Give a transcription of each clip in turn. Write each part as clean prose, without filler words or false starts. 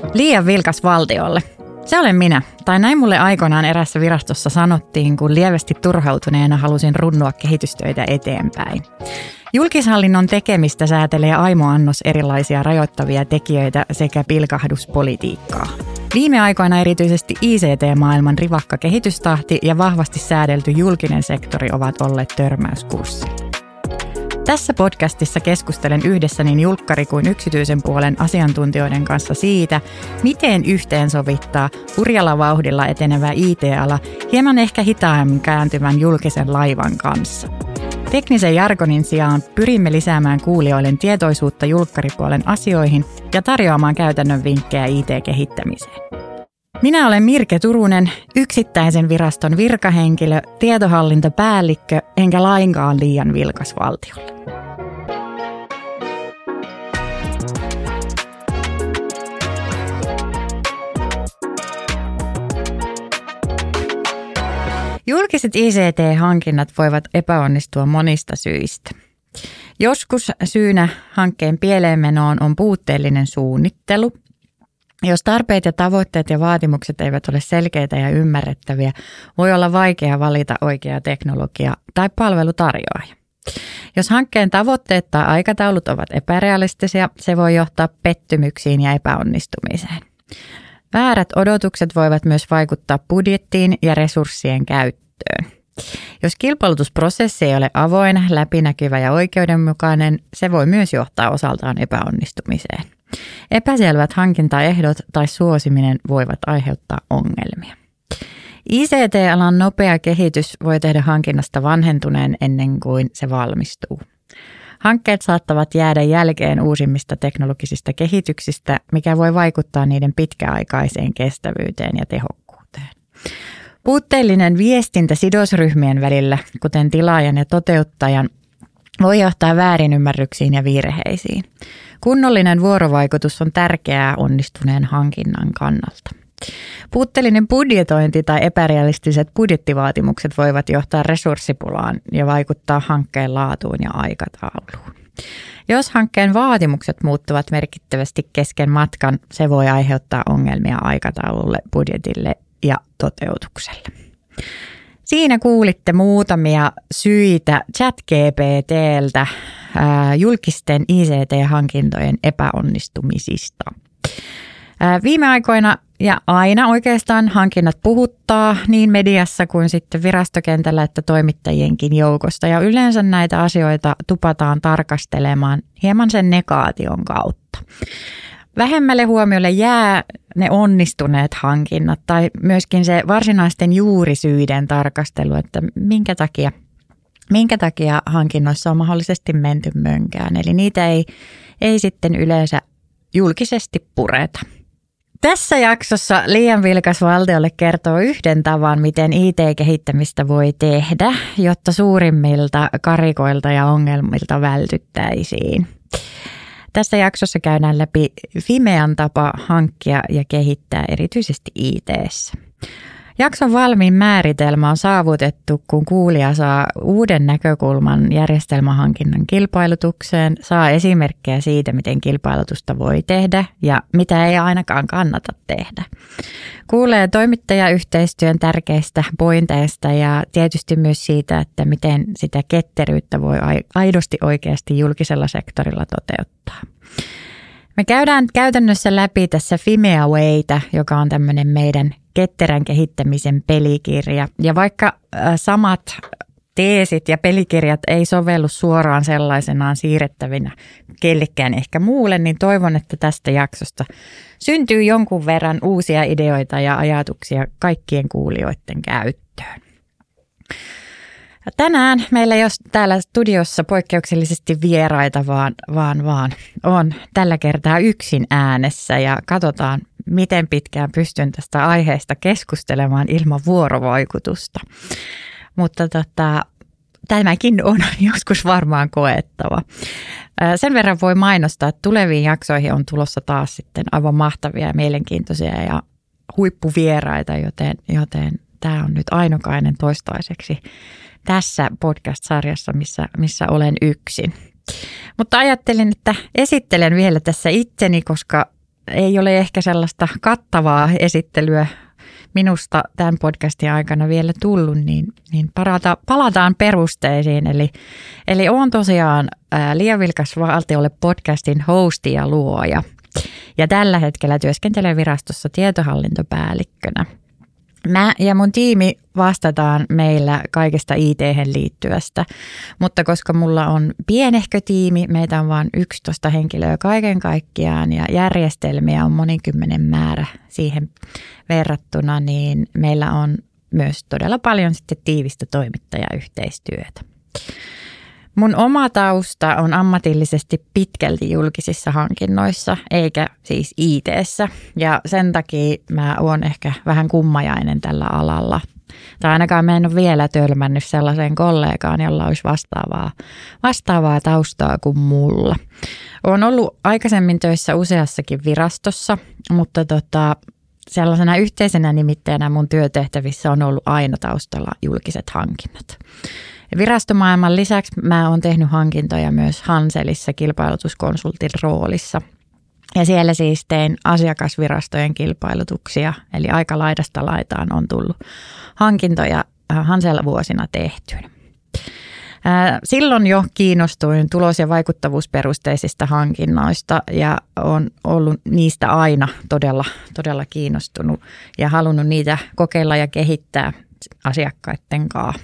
Liian vilkas valtiolle. Se olen minä, tai näin mulle aikoinaan erässä virastossa sanottiin, kun lievästi turhautuneena halusin runnua kehitystöitä eteenpäin. Julkishallinnon tekemistä säätelee aimoannos erilaisia rajoittavia tekijöitä sekä pilkahduspolitiikkaa. Viime aikoina erityisesti ICT-maailman rivakka kehitystahti ja vahvasti säädelty julkinen sektori ovat olleet törmäyskurssilla. Tässä podcastissa keskustelen yhdessä niin julkkari- kuin yksityisen puolen asiantuntijoiden kanssa siitä, miten yhteensovittaa hurjalla vauhdilla etenevä IT-ala hieman ehkä hitaammin kääntyvän julkisen laivan kanssa. Teknisen jargonin sijaan pyrimme lisäämään kuulijoiden tietoisuutta julkkaripuolen asioihin ja tarjoamaan käytännön vinkkejä IT-kehittämiseen. Minä olen Mirke Turunen, yksittäisen viraston virkahenkilö, tietohallintopäällikkö enkä lainkaan liian vilkas valtiolle. Julkiset ICT-hankinnat voivat epäonnistua monista syistä. Joskus syynä hankkeen pieleenmenoon on puutteellinen suunnittelu. Jos tarpeet ja tavoitteet ja vaatimukset eivät ole selkeitä ja ymmärrettäviä, voi olla vaikea valita oikea teknologia tai palvelutarjoaja. Jos hankkeen tavoitteet tai aikataulut ovat epärealistisia, se voi johtaa pettymyksiin ja epäonnistumiseen. Väärät odotukset voivat myös vaikuttaa budjettiin ja resurssien käyttöön. Jos kilpailutusprosessi ei ole avoin, läpinäkyvä ja oikeudenmukainen, se voi myös johtaa osaltaan epäonnistumiseen. Epäselvät hankintaehdot tai suosiminen voivat aiheuttaa ongelmia. ICT-alan nopea kehitys voi tehdä hankinnasta vanhentuneen ennen kuin se valmistuu. Hankkeet saattavat jäädä jälkeen uusimmista teknologisista kehityksistä, mikä voi vaikuttaa niiden pitkäaikaiseen kestävyyteen ja tehokkuuteen. Puutteellinen viestintä sidosryhmien välillä, kuten tilaajan ja toteuttajan, voi johtaa väärinymmärryksiin ja virheisiin. Kunnollinen vuorovaikutus on tärkeää onnistuneen hankinnan kannalta. Puutteellinen budjetointi tai epärealistiset budjettivaatimukset voivat johtaa resurssipulaan ja vaikuttaa hankkeen laatuun ja aikatauluun. Jos hankkeen vaatimukset muuttuvat merkittävästi kesken matkan, se voi aiheuttaa ongelmia aikataululle, budjetille ja toteutukselle. Siinä kuulitte muutamia syitä ChatGPT:ltä julkisten ICT-hankintojen epäonnistumisista. Viime aikoina ja aina oikeastaan hankinnat puhuttaa niin mediassa kuin sitten virastokentällä että toimittajienkin joukosta. Ja yleensä näitä asioita tupataan tarkastelemaan hieman sen negaation kautta. Vähemmälle huomiolle jää ne onnistuneet hankinnat tai myöskin se varsinaisten juurisyiden tarkastelu, että minkä takia hankinnoissa on mahdollisesti menty mönkään. Eli niitä ei sitten yleensä julkisesti pureta. Tässä jaksossa Liian vilkas valtiolle kertoo yhden tavan, miten IT-kehittämistä voi tehdä, jotta suurimmilta karikoilta ja ongelmilta vältyttäisiin. Tässä jaksossa käydään läpi Fimean tapa hankkia ja kehittää erityisesti IT:ssä. Jakson valmiin määritelmä on saavutettu, kun kuulija saa uuden näkökulman järjestelmähankinnan kilpailutukseen, saa esimerkkejä siitä, miten kilpailutusta voi tehdä ja mitä ei ainakaan kannata tehdä. Kuulee toimittajayhteistyön tärkeistä pointeista ja tietysti myös siitä, että miten sitä ketteryyttä voi aidosti oikeasti julkisella sektorilla toteuttaa. Me käydään käytännössä läpi tässä Fimea Waytä, joka on tämmöinen meidän ketterän kehittämisen pelikirja. Ja vaikka samat teesit ja pelikirjat ei sovellu suoraan sellaisenaan siirrettävinä kellekään ehkä muulle, niin toivon, että tästä jaksosta syntyy jonkun verran uusia ideoita ja ajatuksia kaikkien kuulijoiden käyttöön. Tänään meillä ei ole täällä studiossa poikkeuksellisesti vieraita, vaan on tällä kertaa yksin äänessä ja katsotaan, miten pitkään pystyn tästä aiheesta keskustelemaan ilman vuorovaikutusta. Mutta tämäkin on joskus varmaan koettava. Sen verran voi mainostaa, että tuleviin jaksoihin on tulossa taas sitten aivan mahtavia ja mielenkiintoisia ja huippuvieraita, joten tämä on nyt ainokainen toistaiseksi tässä podcast-sarjassa, missä olen yksin. Mutta ajattelin, että esittelen vielä tässä itseni, koska ei ole ehkä sellaista kattavaa esittelyä minusta tämän podcastin aikana vielä tullut, niin palataan perusteisiin. Eli olen tosiaan Liian vilkas valtiolle podcastin hosti ja luoja. Ja tällä hetkellä työskentelen virastossa tietohallintopäällikkönä. Mä ja mun tiimi vastataan meillä kaikesta IT-hen liittyvästä, mutta koska mulla on pienehkö tiimi, meitä on vain 11 henkilöä kaiken kaikkiaan ja järjestelmiä on monikymmenen määrä siihen verrattuna, niin meillä on myös todella paljon sitten tiivistä toimittajayhteistyötä. Mun oma tausta on ammatillisesti pitkälti julkisissa hankinnoissa, eikä siis IT:ssä, ja sen takia mä oon ehkä vähän kummajainen tällä alalla. Tai ainakaan mä en ole vielä törmännyt sellaiseen kollegaan, jolla olisi vastaavaa taustaa kuin mulla. Oon ollut aikaisemmin töissä useassakin virastossa, mutta sellaisena yhteisenä nimittäjänä mun työtehtävissä on ollut aina taustalla julkiset hankinnat. Virastomaailman lisäksi mä oon tehnyt hankintoja myös Hanselissa kilpailutuskonsultin roolissa. Ja siellä siis tein asiakasvirastojen kilpailutuksia, eli aika laidasta laitaan on tullut hankintoja Hansel-vuosina tehtyä. Silloin jo kiinnostuin tulos- ja vaikuttavuusperusteisista hankinnoista ja on ollut niistä aina todella kiinnostunut ja halunnut niitä kokeilla ja kehittää asiakkaiden kanssa.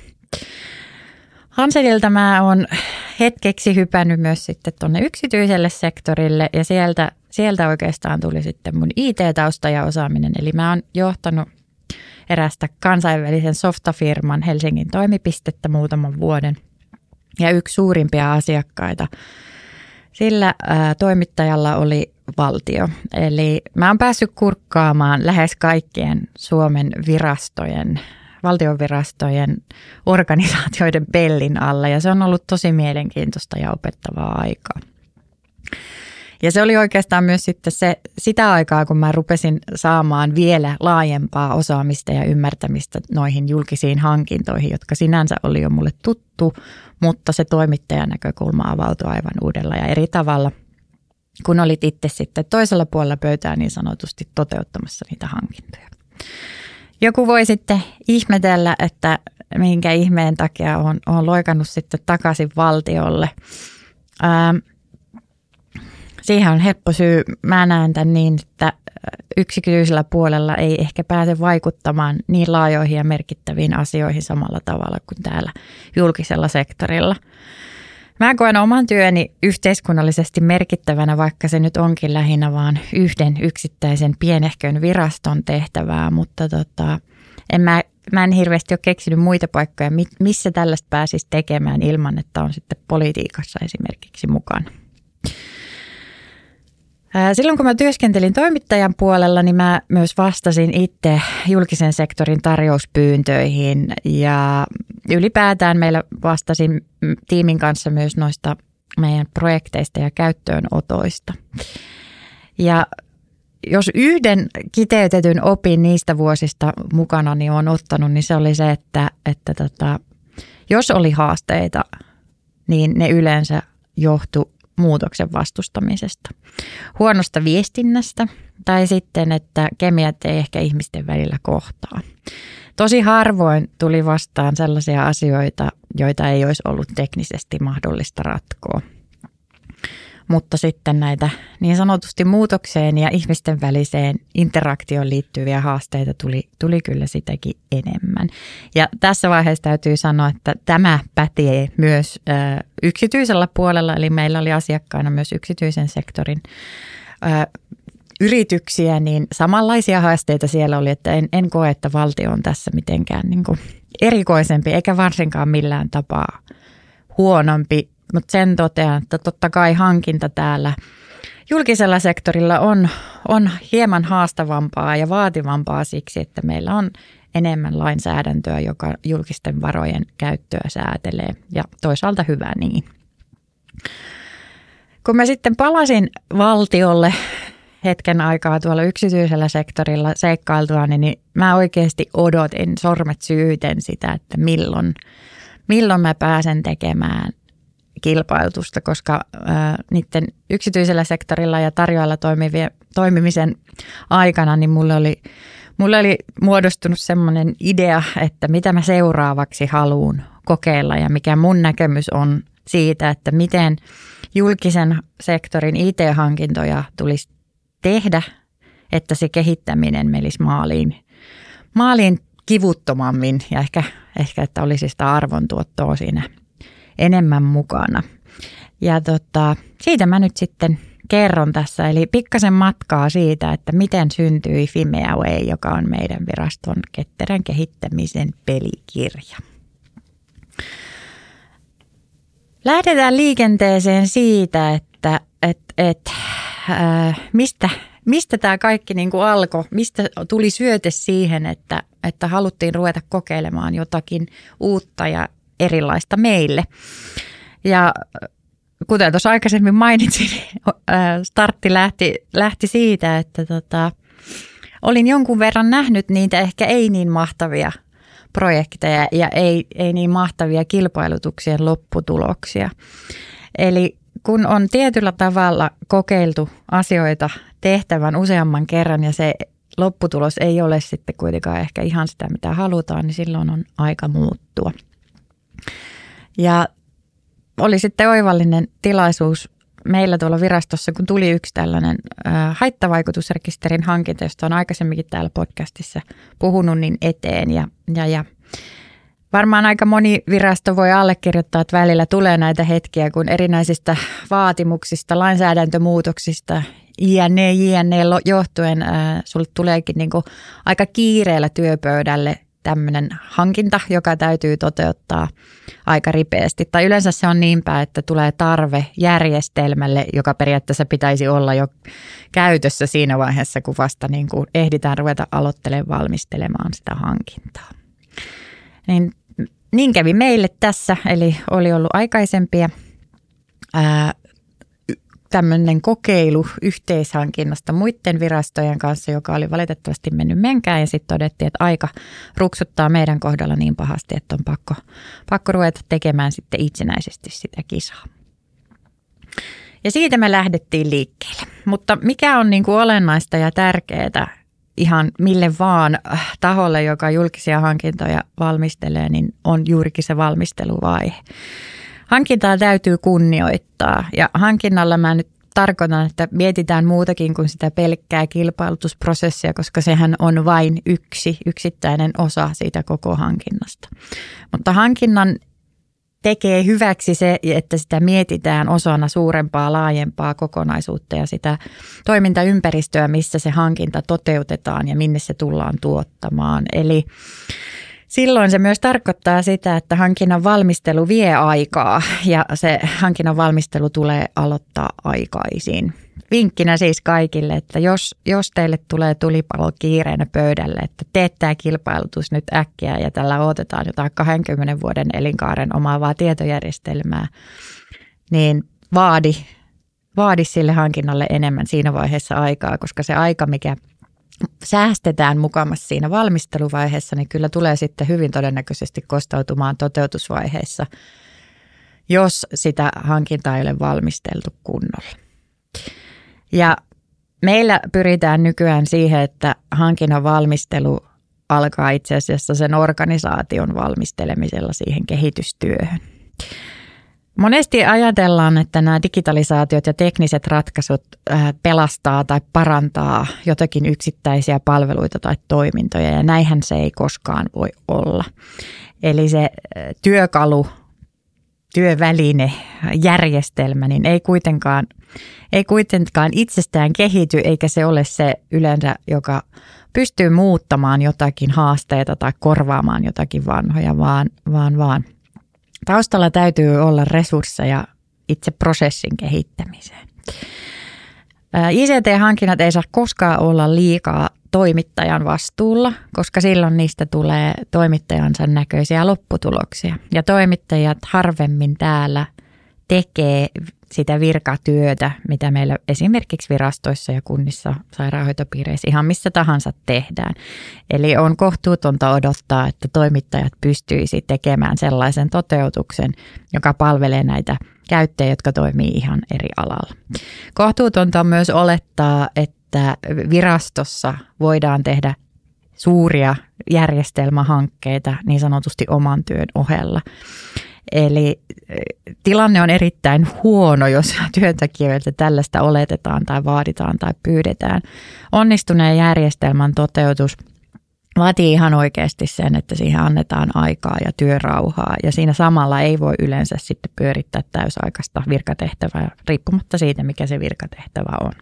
Hanselilta mä oon hetkeksi hypännyt myös sitten tuonne yksityiselle sektorille ja sieltä oikeastaan tuli sitten mun IT-tausta ja osaaminen. Eli mä oon johtanut erästä kansainvälisen softafirman Helsingin toimipistettä muutaman vuoden ja yksi suurimpia asiakkaita sillä toimittajalla oli valtio. Eli mä oon päässyt kurkkaamaan lähes kaikkien Suomen valtionvirastojen organisaatioiden pellin alla ja se on ollut tosi mielenkiintoista ja opettavaa aikaa. Ja se oli oikeastaan myös sitten sitä aikaa, kun mä rupesin saamaan vielä laajempaa osaamista ja ymmärtämistä noihin julkisiin hankintoihin, jotka sinänsä oli jo mulle tuttu, mutta se toimittajan näkökulma avautui aivan uudella ja eri tavalla, kun olit itse sitten toisella puolella pöytää niin sanotusti toteuttamassa niitä hankintoja. Joku voi sitten ihmetellä, että minkä ihmeen takia on loikannut sitten takaisin valtiolle. Siihen on helppo syy. Mä näen tämän niin, että yksityisellä puolella ei ehkä pääse vaikuttamaan niin laajoihin ja merkittäviin asioihin samalla tavalla kuin täällä julkisella sektorilla. Mä koen oman työni yhteiskunnallisesti merkittävänä, vaikka se nyt onkin lähinnä vaan yhden yksittäisen pienehkön viraston tehtävää, mutta mä en hirveästi ole keksinyt muita paikkoja, missä tällaista pääsisi tekemään ilman, että on sitten politiikassa esimerkiksi mukana. Silloin kun mä työskentelin toimittajan puolella, niin mä myös vastasin itse julkisen sektorin tarjouspyyntöihin ja ylipäätään meillä vastasin tiimin kanssa myös noista meidän projekteista ja käyttöönotoista. Ja jos yhden kiteytetyn opin niistä vuosista mukana niin olen ottanut, niin se oli se, että jos oli haasteita, niin ne yleensä johtui muutoksen vastustamisesta, huonosta viestinnästä tai sitten, että kemiat ei ehkä ihmisten välillä kohtaa. Tosi harvoin tuli vastaan sellaisia asioita, joita ei olisi ollut teknisesti mahdollista ratkoa. Mutta sitten näitä niin sanotusti muutokseen ja ihmisten väliseen interaktioon liittyviä haasteita tuli kyllä sitäkin enemmän. Ja tässä vaiheessa täytyy sanoa, että tämä pätee myös yksityisellä puolella, eli meillä oli asiakkaina myös yksityisen sektorin yrityksiä, niin samanlaisia haasteita siellä oli, että en koe, että valtio on tässä mitenkään niin kuin erikoisempi, eikä varsinkaan millään tapaa huonompi. Mutta sen totean, että totta kai hankinta täällä julkisella sektorilla on hieman haastavampaa ja vaativampaa siksi, että meillä on enemmän lainsäädäntöä, joka julkisten varojen käyttöä säätelee ja toisaalta hyvä niin. Kun mä sitten palasin valtiolle hetken aikaa tuolla yksityisellä sektorilla seikkailtua, niin mä oikeasti odotin sormet syyten sitä, että milloin mä pääsen tekemään kilpailutusta, koska niiden yksityisellä sektorilla ja tarjoajalla toimimisen aikana niin mulle oli muodostunut semmoinen idea, että mitä mä seuraavaksi haluan kokeilla ja mikä mun näkemys on siitä, että miten julkisen sektorin IT-hankintoja tulisi tehdä, että se kehittäminen menisi maaliin kivuttomammin ja ehkä että olisi sitä arvontuottoa siinä enemmän mukana. Ja siitä mä nyt sitten kerron tässä, eli pikkasen matkaa siitä, että miten syntyi Fimea Way, joka on meidän viraston ketterän kehittämisen pelikirja. Lähdetään liikenteeseen siitä, että mistä tämä kaikki niin kuin alkoi, mistä tuli syöte siihen, että haluttiin ruveta kokeilemaan jotakin uutta ja erilaista meille. Ja kuten tuossa aikaisemmin mainitsin, startti lähti siitä, että olin jonkun verran nähnyt niitä ehkä ei niin mahtavia projekteja ja ei niin mahtavia kilpailutuksien lopputuloksia. Eli kun on tietyllä tavalla kokeiltu asioita tehtävän useamman kerran ja se lopputulos ei ole sitten kuitenkaan ehkä ihan sitä, mitä halutaan, niin silloin on aika muuttua. Ja oli sitten oivallinen tilaisuus meillä tuolla virastossa, kun tuli yksi tällainen haittavaikutusrekisterin hankinta, josta on aikaisemminkin täällä podcastissa puhunut niin eteen. Ja varmaan aika moni virasto voi allekirjoittaa, että välillä tulee näitä hetkiä, kun erinäisistä vaatimuksista, lainsäädäntömuutoksista, jne. Johtuen sulle tuleekin niin kuin aika kiireellä työpöydälle tämmöinen hankinta, joka täytyy toteuttaa aika ripeästi. Tai yleensä se on niinpä, että tulee tarve järjestelmälle, joka periaatteessa pitäisi olla jo käytössä siinä vaiheessa, kun vasta niin kuin ehditään ruveta valmistelemaan sitä hankintaa. Niin kävi meille tässä, eli oli ollut aikaisempia tämmöinen kokeilu yhteishankinnasta muiden virastojen kanssa, joka oli valitettavasti mennyt menkään ja sitten todettiin, että aika ruksuttaa meidän kohdalla niin pahasti, että on pakko ruveta tekemään sitten itsenäisesti sitä kisaa. Ja siitä me lähdettiin liikkeelle, mutta mikä on niin kuin olennaista ja tärkeää ihan mille vaan taholle, joka julkisia hankintoja valmistelee, niin on juurikin se valmisteluvaihe. Hankintaa täytyy kunnioittaa ja hankinnalla mä nyt tarkoitan, että mietitään muutakin kuin sitä pelkkää kilpailutusprosessia, koska sehän on vain yksittäinen osa siitä koko hankinnasta. Mutta hankinnan tekee hyväksi se, että sitä mietitään osana suurempaa, laajempaa kokonaisuutta ja sitä toimintaympäristöä, missä se hankinta toteutetaan ja minne se tullaan tuottamaan. Eli silloin se myös tarkoittaa sitä, että hankinnan valmistelu vie aikaa ja se hankinnan valmistelu tulee aloittaa aikaisin. Vinkkinä siis kaikille, että jos teille tulee tulipalo kiireenä pöydälle, että teet tämä kilpailutus nyt äkkiä ja tällä odotetaan jotain 20 vuoden elinkaaren omaavaa tietojärjestelmää, niin vaadi sille hankinnalle enemmän siinä vaiheessa aikaa, koska se aika, mikä säästetään mukamassa siinä valmisteluvaiheessa, niin kyllä tulee sitten hyvin todennäköisesti kostautumaan toteutusvaiheessa, jos sitä hankintaa ei ole valmisteltu kunnolla. Ja meillä pyritään nykyään siihen, että hankinnan valmistelu alkaa itse asiassa sen organisaation valmistelemisella siihen kehitystyöhön. Monesti ajatellaan, että nämä digitalisaatiot ja tekniset ratkaisut pelastaa tai parantaa jotakin yksittäisiä palveluita tai toimintoja ja näinhän se ei koskaan voi olla. Eli se työkalu, työväline, järjestelmä, niin ei kuitenkaan itsestään kehity eikä se ole se yleensä, joka pystyy muuttamaan jotakin haasteita tai korvaamaan jotakin vanhoja, vaan taustalla täytyy olla resursseja itse prosessin kehittämiseen. ICT-hankinnat ei saa koskaan olla liikaa toimittajan vastuulla, koska silloin niistä tulee toimittajansa näköisiä lopputuloksia. Ja toimittajat harvemmin täällä tekee sitä virkatyötä, mitä meillä esimerkiksi virastoissa ja kunnissa, sairaanhoitopiireissä, ihan missä tahansa tehdään. Eli on kohtuutonta odottaa, että toimittajat pystyisi tekemään sellaisen toteutuksen, joka palvelee näitä käyttäjiä, jotka toimii ihan eri alalla. Kohtuutonta on myös olettaa, että virastossa voidaan tehdä suuria järjestelmähankkeita niin sanotusti oman työn ohella. Eli tilanne on erittäin huono, jos työntekijöiltä tällaista oletetaan tai vaaditaan tai pyydetään. Onnistuneen järjestelmän toteutus vaatii ihan oikeasti sen, että siihen annetaan aikaa ja työrauhaa. Ja siinä samalla ei voi yleensä sitten pyörittää täysaikaista virkatehtävää riippumatta siitä, mikä se virkatehtävä on.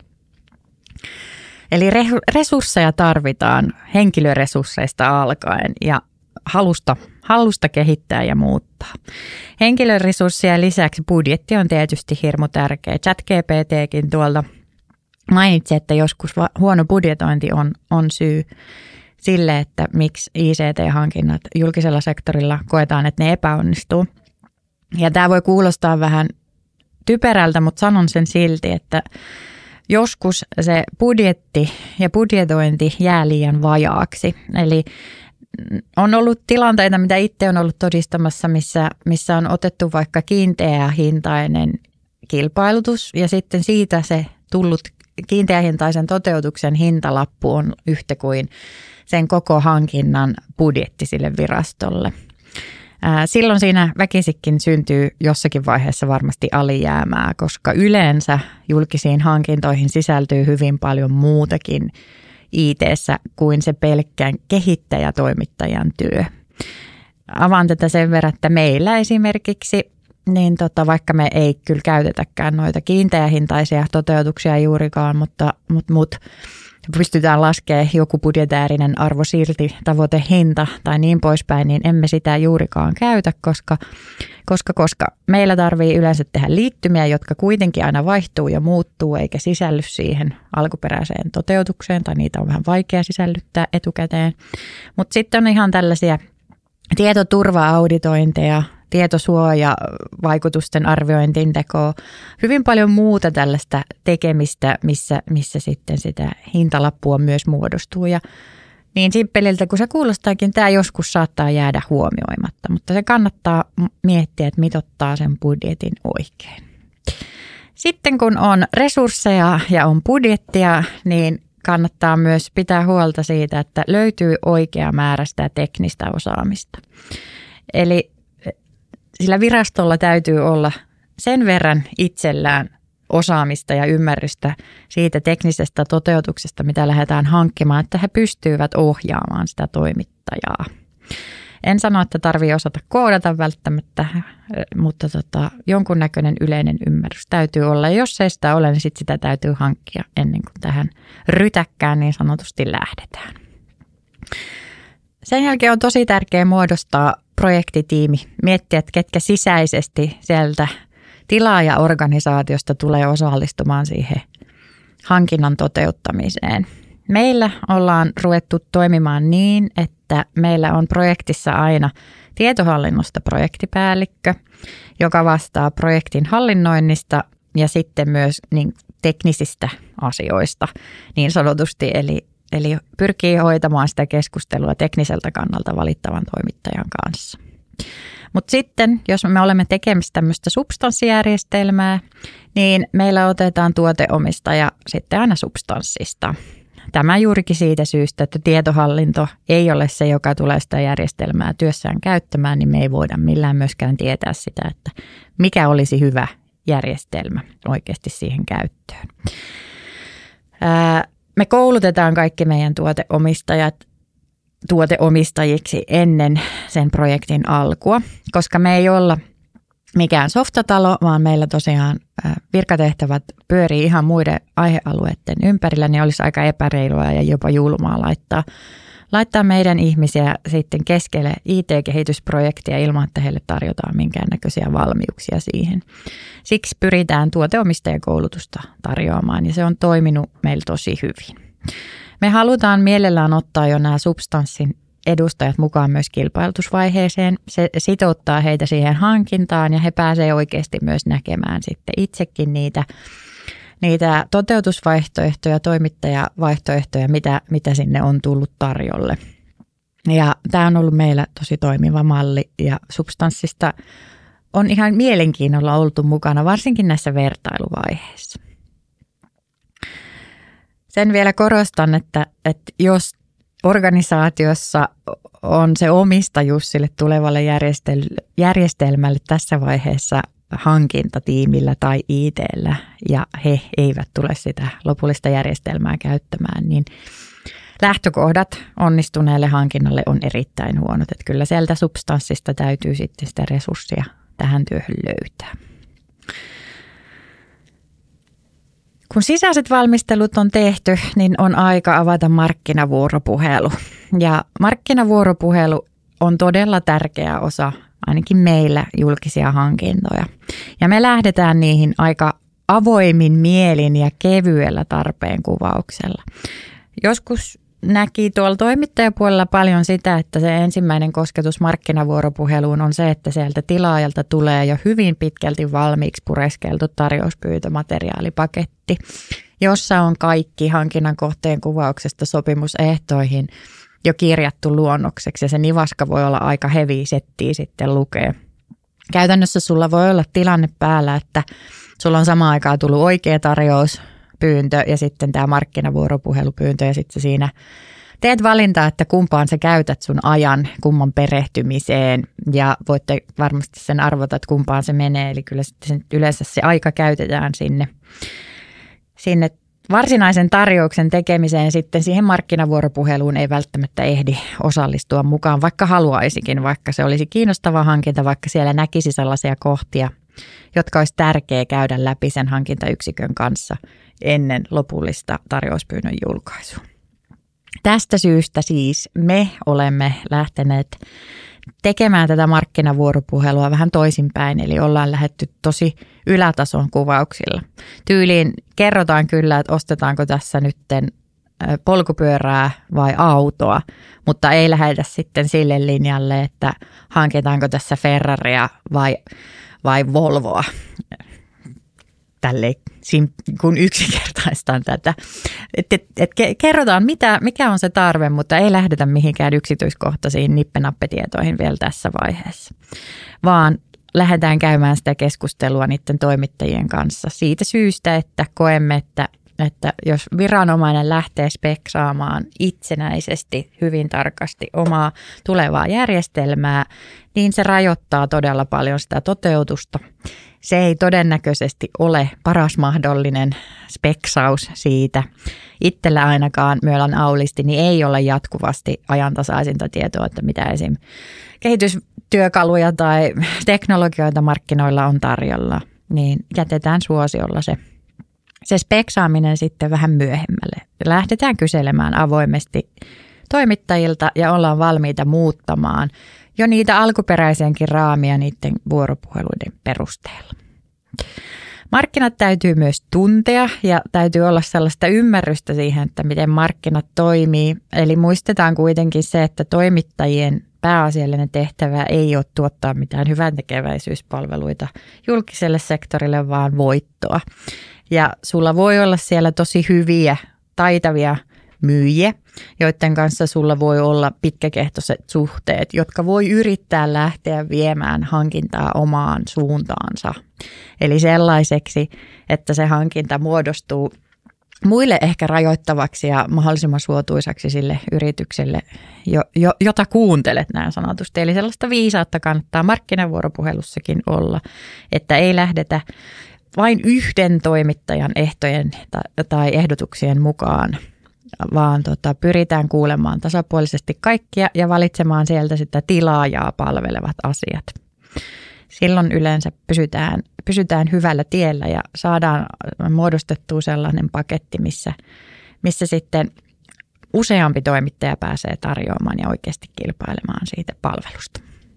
Eli resursseja tarvitaan henkilöresursseista alkaen ja halusta kehittää ja muuttaa. Henkilöresurssien lisäksi budjetti on tietysti hirmu tärkeä. ChatGPTkin tuolta mainitsi, että joskus huono budjetointi on syy sille, että miksi ICT-hankinnat julkisella sektorilla koetaan, että ne epäonnistuu. Ja tämä voi kuulostaa vähän typerältä, mutta sanon sen silti, että joskus se budjetti ja budjetointi jää liian vajaaksi. Eli on ollut tilanteita, mitä itse on ollut todistamassa, missä on otettu vaikka kiinteähintainen kilpailutus ja sitten siitä se tullut kiinteähintaisen toteutuksen hintalappu on yhtä kuin sen koko hankinnan budjetti sille virastolle. Silloin siinä väkisikin syntyy jossakin vaiheessa varmasti alijäämää, koska yleensä julkisiin hankintoihin sisältyy hyvin paljon muutakin IT:ssä kuin se pelkkään kehittäjätoimittajan työ. Avaan tätä sen verran, että meillä esimerkiksi, niin vaikka me ei kyllä käytetäkään noita kiinteähintaisia toteutuksia juurikaan, mutta pystytään laskemaan joku budjetäärinen arvo silti, tavoitehinta tai niin poispäin, niin emme sitä juurikaan käytä, koska meillä tarvii yleensä tehdä liittymiä, jotka kuitenkin aina vaihtuu ja muuttuu eikä sisälly siihen alkuperäiseen toteutukseen tai niitä on vähän vaikea sisällyttää etukäteen. Mutta sitten on ihan tällaisia tietoturva-auditointeja, tietosuoja, vaikutusten arviointiin tekoa, hyvin paljon muuta tällaista tekemistä, missä sitten sitä hintalappua myös muodostuu. Ja niin simppeliltä kuin se kuulostaakin, tämä joskus saattaa jäädä huomioimatta, mutta se kannattaa miettiä, että mitottaa sen budjetin oikein. Sitten kun on resursseja ja on budjettia, niin kannattaa myös pitää huolta siitä, että löytyy oikea määrä sitä teknistä osaamista. Eli sillä virastolla täytyy olla sen verran itsellään osaamista ja ymmärrystä siitä teknisestä toteutuksesta, mitä lähdetään hankkimaan, että he pystyvät ohjaamaan sitä toimittajaa. En sano, että tarvitsee osata koodata välttämättä, mutta jonkunnäköinen yleinen ymmärrys täytyy olla. Ja jos ei sitä ole, niin sit sitä täytyy hankkia ennen kuin tähän rytäkkään niin sanotusti lähdetään. Sen jälkeen on tosi tärkeää muodostaa projektitiimi, miettiä, että ketkä sisäisesti sieltä tilaajaorganisaatiosta tulee osallistumaan siihen hankinnan toteuttamiseen. Meillä ollaan ruvettu toimimaan niin, että meillä on projektissa aina tietohallinnosta projektipäällikkö, joka vastaa projektin hallinnoinnista ja sitten myös niin teknisistä asioista niin sanotusti, eli pyrkii hoitamaan sitä keskustelua tekniseltä kannalta valittavan toimittajan kanssa. Mutta sitten, jos me olemme tekemässä tämmöistä substanssijärjestelmää, niin meillä otetaan tuoteomistaja sitten aina substanssista. Tämä juurikin siitä syystä, että tietohallinto ei ole se, joka tulee sitä järjestelmää työssään käyttämään, niin me ei voida millään myöskään tietää sitä, että mikä olisi hyvä järjestelmä oikeasti siihen käyttöön. Me koulutetaan kaikki meidän tuoteomistajiksi ennen sen projektin alkua, koska me ei olla mikään softatalo, vaan meillä tosiaan virkatehtävät pyörii ihan muiden aihealueiden ympärillä, niin olisi aika epäreilua ja jopa julmaa laittaa meidän ihmisiä sitten keskelle IT-kehitysprojektia ilman, että heille tarjotaan minkäännäköisiä valmiuksia siihen. Siksi pyritään tuoteomistajakoulutusta tarjoamaan ja se on toiminut meillä tosi hyvin. Me halutaan mielellään ottaa jo nämä substanssin edustajat mukaan myös kilpailutusvaiheeseen. Se sitouttaa heitä siihen hankintaan ja he pääsevät oikeasti myös näkemään sitten itsekin niitä toteutusvaihtoehtoja, toimittajavaihtoehtoja, mitä sinne on tullut tarjolle. Ja tämä on ollut meillä tosi toimiva malli ja Substanssista on ihan mielenkiinnolla oltu mukana, varsinkin näissä vertailuvaiheissa. Sen vielä korostan, että jos organisaatiossa on se omistajuus sille tulevalle järjestelmälle tässä vaiheessa hankintatiimillä tai IT:llä ja he eivät tule sitä lopullista järjestelmää käyttämään, niin lähtökohdat onnistuneelle hankinnalle on erittäin huonot. Että kyllä sieltä Substanssista täytyy sitten sitä resurssia tähän työhön löytää. Kun sisäiset valmistelut on tehty, niin on aika avata markkinavuoropuhelu. Ja markkinavuoropuhelu on todella tärkeä osa ainakin meillä julkisia hankintoja. Ja me lähdetään niihin aika avoimin mielin ja kevyellä tarpeen kuvauksella. Joskus näki tuolla toimittajapuolella paljon sitä, että se ensimmäinen kosketus markkinavuoropuheluun on se, että sieltä tilaajalta tulee jo hyvin pitkälti valmiiksi pureskeltu tarjouspyyntömateriaalipaketti, jossa on kaikki hankinnan kohteen kuvauksesta sopimusehtoihin jo kirjattu luonnokseksi ja se nivaska voi olla aika heavy settiä sitten lukea. Käytännössä sulla voi olla tilanne päällä, että sulla on samaan aikaan tullut oikea tarjouspyyntö ja sitten tämä markkinavuoropuhelupyyntö ja sitten siinä teet valintaa, että kumpaan sä käytät sun ajan, kumman perehtymiseen ja voitte varmasti sen arvota, että kumpaan se menee. Eli kyllä sitten yleensä se aika käytetään sinne varsinaisen tarjouksen tekemiseen, sitten siihen markkinavuoropuheluun ei välttämättä ehdi osallistua mukaan, vaikka haluaisikin, vaikka se olisi kiinnostava hankinta, vaikka siellä näkisi sellaisia kohtia, jotka olisi tärkeää käydä läpi sen hankintayksikön kanssa ennen lopullista tarjouspyynnön julkaisua. Tästä syystä siis me olemme lähteneet tekemään tätä markkinavuoropuhelua vähän toisinpäin, eli ollaan lähdetty tosi ylätason kuvauksilla. Tyyliin kerrotaan kyllä, että ostetaanko tässä nytten polkupyörää vai autoa, mutta ei lähdetä sitten sille linjalle, että hankitaanko tässä Ferraria vai Volvoa. Tälleen kun yksinkertaistaan tätä. Kerrotaan, mikä on se tarve, mutta ei lähdetä mihinkään yksityiskohtaisiin nippenappetietoihin vielä tässä vaiheessa, vaan lähdetään käymään sitä keskustelua niiden toimittajien kanssa siitä syystä, että koemme, että jos viranomainen lähtee speksaamaan itsenäisesti hyvin tarkasti omaa tulevaa järjestelmää, niin se rajoittaa todella paljon sitä toteutusta. Se ei todennäköisesti ole paras mahdollinen speksaus siitä. Itsellä ainakaan Myölän Aulisti niin ei ole jatkuvasti ajantasaisinta tietoa, että mitä esim. Kehitystyökaluja tai teknologioita markkinoilla on tarjolla, niin jätetään suosiolla se speksaaminen sitten vähän myöhemmälle. Lähdetään kyselemään avoimesti toimittajilta ja ollaan valmiita muuttamaan jo niitä alkuperäisenkin raamia niiden vuoropuheluiden perusteella. Markkinat täytyy myös tuntea ja täytyy olla sellaista ymmärrystä siihen, että miten markkinat toimii. Eli muistetaan kuitenkin se, että toimittajien pääasiallinen tehtävä ei ole tuottaa mitään hyväntekeväisyyspalveluita julkiselle sektorille, vaan voittoa. Ja sulla voi olla siellä tosi hyviä, taitavia myyjiä, joiden kanssa sulla voi olla pitkäkestoiset suhteet, jotka voi yrittää lähteä viemään hankintaa omaan suuntaansa. Eli sellaiseksi, että se hankinta muodostuu muille ehkä rajoittavaksi ja mahdollisimman suotuisaksi sille yritykselle, jota kuuntelet näin sanotusti. Eli sellaista viisautta kannattaa markkinavuoropuhelussakin olla, että ei lähdetä vain yhden toimittajan ehtojen tai ehdotuksien mukaan, vaan pyritään kuulemaan tasapuolisesti kaikkia ja valitsemaan sieltä sitä tilaajaa palvelevat asiat. Silloin yleensä pysytään hyvällä tiellä ja saadaan muodostettua sellainen paketti, missä sitten useampi toimittaja pääsee tarjoamaan ja oikeasti kilpailemaan siitä palvelusta.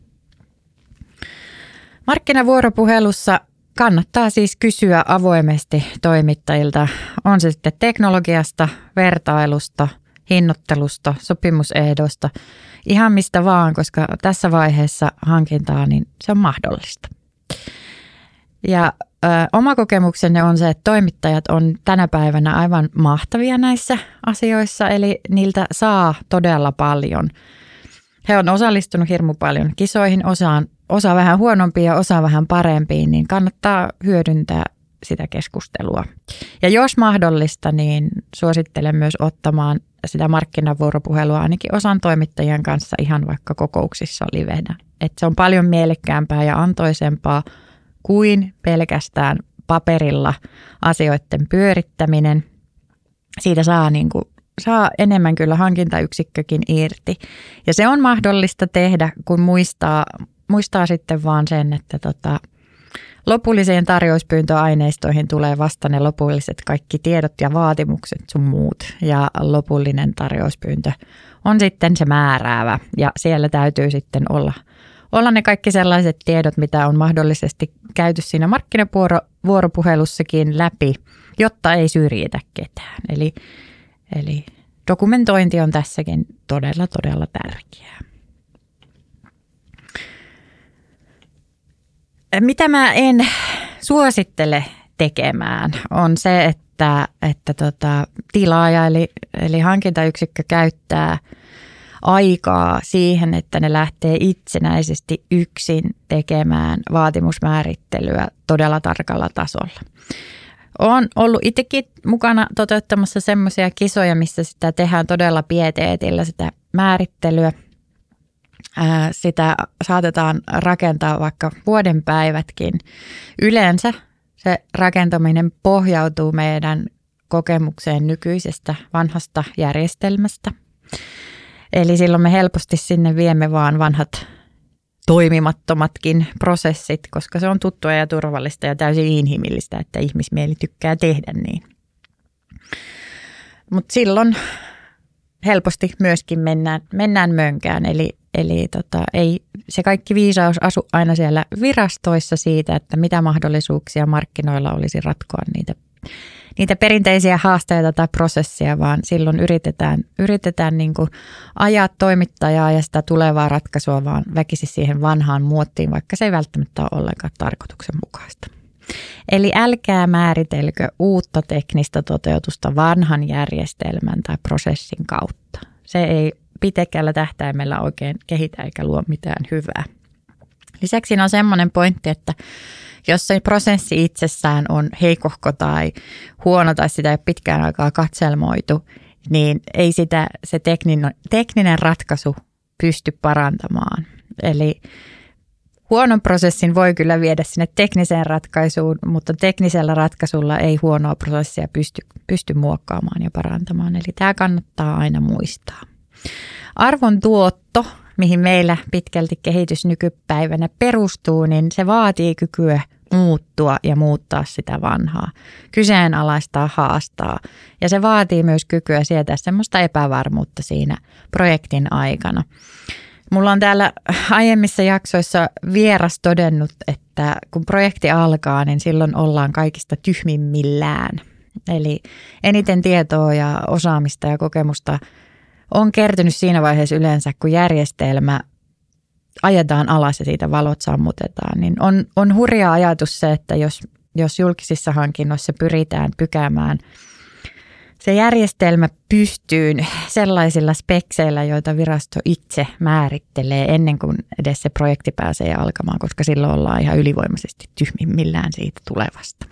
Markkinavuoropuhelussa kannattaa siis kysyä avoimesti toimittajilta, on se sitten teknologiasta, vertailusta, hinnoittelusta, sopimusehdosta, ihan mistä vaan, koska tässä vaiheessa hankintaa niin se on mahdollista. Ja oma kokemuksenne on se, että toimittajat on tänä päivänä aivan mahtavia näissä asioissa, eli niiltä saa todella paljon. He on osallistunut hirmu paljon kisoihin, osa vähän huonompia ja osa vähän parempiin, niin kannattaa hyödyntää sitä keskustelua. Ja jos mahdollista, niin suosittelen myös ottamaan sitä markkinavuoropuhelua ainakin osan toimittajien kanssa ihan vaikka kokouksissa livenä. Että se on paljon mielekkäämpää ja antoisempaa kuin pelkästään paperilla asioiden pyörittäminen. Siitä saa enemmän kyllä hankintayksikkökin irti. Ja se on mahdollista tehdä, kun muistaa sitten vaan sen, että lopullisiin tarjouspyyntöaineistoihin tulee vasta ne lopulliset kaikki tiedot ja vaatimukset sun muut. Ja lopullinen tarjouspyyntö on sitten se määräävä ja siellä täytyy sitten olla ne kaikki sellaiset tiedot, mitä on mahdollisesti käyty siinä markkinavuoropuhelussakin läpi, jotta ei syrjitä ketään. Eli dokumentointi on tässäkin todella, todella tärkeää. Mitä mä en suosittele tekemään on se, että tilaaja eli hankintayksikkö käyttää aikaa siihen, että ne lähtee itsenäisesti yksin tekemään vaatimusmäärittelyä todella tarkalla tasolla. Olen ollut itsekin mukana toteuttamassa semmoisia kisoja, missä sitä tehdään todella pieteetillä sitä määrittelyä. Sitä saatetaan rakentaa vaikka vuoden päivätkin. Yleensä se rakentaminen pohjautuu meidän kokemukseen nykyisestä vanhasta järjestelmästä. Eli silloin me helposti sinne viemme vaan vanhat toimimattomatkin prosessit, koska se on tuttua ja turvallista ja täysin inhimillistä, että ihmismieli tykkää tehdä niin. Mutta silloin helposti myöskin mennään mönkään, eli ei se kaikki viisaus asu aina siellä virastoissa siitä, että mitä mahdollisuuksia markkinoilla olisi ratkoa niitä perinteisiä haasteita tai prosesseja, vaan silloin yritetään niin kuin ajaa toimittajaa ja sitä tulevaa ratkaisua vaan väkisin siihen vanhaan muottiin, vaikka se ei välttämättä ole ollenkaan tarkoituksenmukaista. Eli älkää määritelkö uutta teknistä toteutusta vanhan järjestelmän tai prosessin kautta. Se ei pitemmällä tähtäimellä oikein kehitä eikä luo mitään hyvää. Lisäksi siinä on semmoinen pointti, että jos se prosessi itsessään on heikohko tai huono tai sitä ei ole pitkään aikaa katselmoitu, niin ei sitä se tekninen ratkaisu pysty parantamaan. Eli huonon prosessin voi kyllä viedä sinne tekniseen ratkaisuun, mutta teknisellä ratkaisulla ei huonoa prosessia pysty muokkaamaan ja parantamaan. Eli tämä kannattaa aina muistaa. Arvon tuotto, mihin meillä pitkälti kehitys nykypäivänä perustuu, niin se vaatii kykyä muuttua ja muuttaa sitä vanhaa. Kyseenalaistaa, haastaa. Ja se vaatii myös kykyä sietää semmoista epävarmuutta siinä projektin aikana. Mulla on täällä aiemmissa jaksoissa vieras todennut, että kun projekti alkaa, niin silloin ollaan kaikista tyhmimmillään. Eli eniten tietoa ja osaamista ja kokemusta on kertynyt siinä vaiheessa yleensä, kun järjestelmä ajetaan alas ja siitä valot sammutetaan. Niin on hurja ajatus se, että jos julkisissa hankinnoissa pyritään pykäämään se järjestelmä pystyyn sellaisilla spekseillä, joita virasto itse määrittelee ennen kuin edes se projekti pääsee alkamaan, koska silloin ollaan ihan ylivoimaisesti tyhmimmillään siitä tulevasta.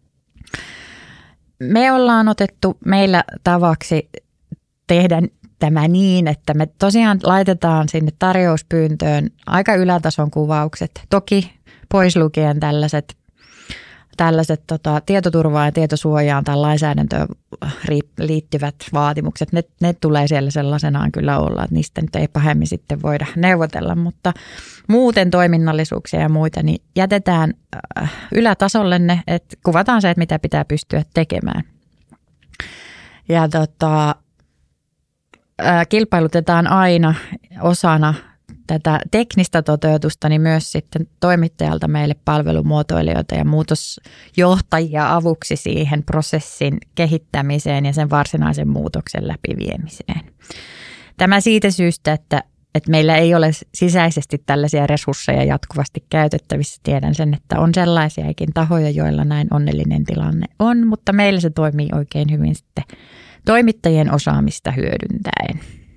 Me ollaan otettu meillä tavaksi tehdä tämä niin, että me tosiaan laitetaan sinne tarjouspyyntöön aika ylätason kuvaukset. Toki pois lukien tällaiset tietoturvaan ja tietosuojaan tai lainsäädäntöön liittyvät vaatimukset, ne tulee siellä sellaisenaan kyllä olla, että niistä nyt ei pahemmin sitten voida neuvotella, mutta muuten toiminnallisuuksia ja muita, niin jätetään ylätasolle ne, että kuvataan se, että mitä pitää pystyä tekemään. Ja kilpailutetaan aina osana tätä teknistä toteutusta, niin myös sitten toimittajalta meille palvelumuotoilijoita ja muutosjohtajia avuksi siihen prosessin kehittämiseen ja sen varsinaisen muutoksen läpiviemiseen. Tämä siitä syystä, että meillä ei ole sisäisesti tällaisia resursseja jatkuvasti käytettävissä. Tiedän sen, että on sellaisiakin tahoja, joilla näin onnellinen tilanne on, mutta meillä se toimii oikein hyvin sitten toimittajien osaamista hyödyntäen.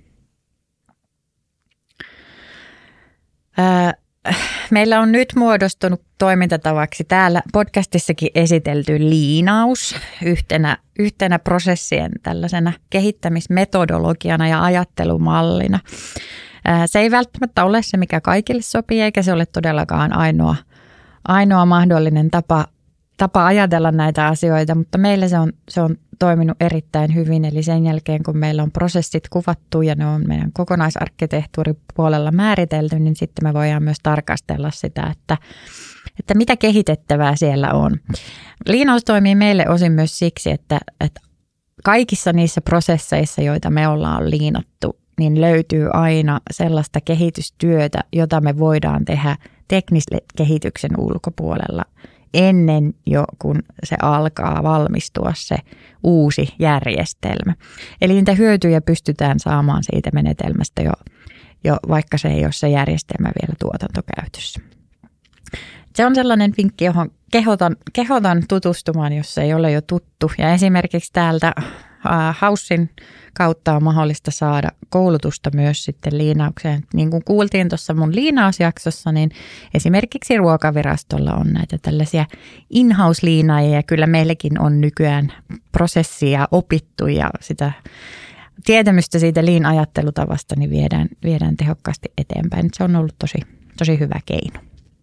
Meillä on nyt muodostunut toimintatavaksi täällä podcastissakin esitelty liinaus yhtenä prosessien tällaisena kehittämismetodologiana ja ajattelumallina. Se ei välttämättä ole se, mikä kaikille sopii, eikä se ole todellakaan ainoa mahdollinen tapa ajatella näitä asioita, mutta meillä se on toiminut erittäin hyvin. Eli sen jälkeen, kun meillä on prosessit kuvattu ja ne on meidän kokonaisarkkitehtuuripuolella määritelty, niin sitten me voidaan myös tarkastella sitä, että mitä kehitettävää siellä on. Liinaus toimii meille osin myös siksi, että kaikissa niissä prosesseissa, joita me ollaan liinattu, niin löytyy aina sellaista kehitystyötä, jota me voidaan tehdä teknisen kehityksen ulkopuolella ennen jo, kun se alkaa valmistua se uusi järjestelmä. Eli niitä hyötyjä pystytään saamaan siitä menetelmästä jo vaikka se ei ole se järjestelmä vielä tuotantokäytössä. Se on sellainen vinkki, johon kehotan tutustumaan, jos se ei ole jo tuttu. Ja esimerkiksi täältä Haussin kautta on mahdollista saada koulutusta myös sitten liinaukseen. Niin kuin kuultiin tuossa mun liinausjaksossa, niin esimerkiksi Ruokavirastolla on näitä tällaisia in-house-liinaajia. Kyllä meilläkin on nykyään prosessia opittu ja sitä tietämystä siitä liin-ajattelutavasta niin viedään tehokkaasti eteenpäin. Se on ollut tosi hyvä keino.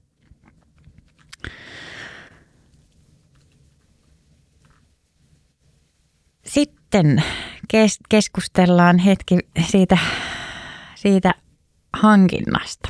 Sitten keskustellaan hetki siitä hankinnasta.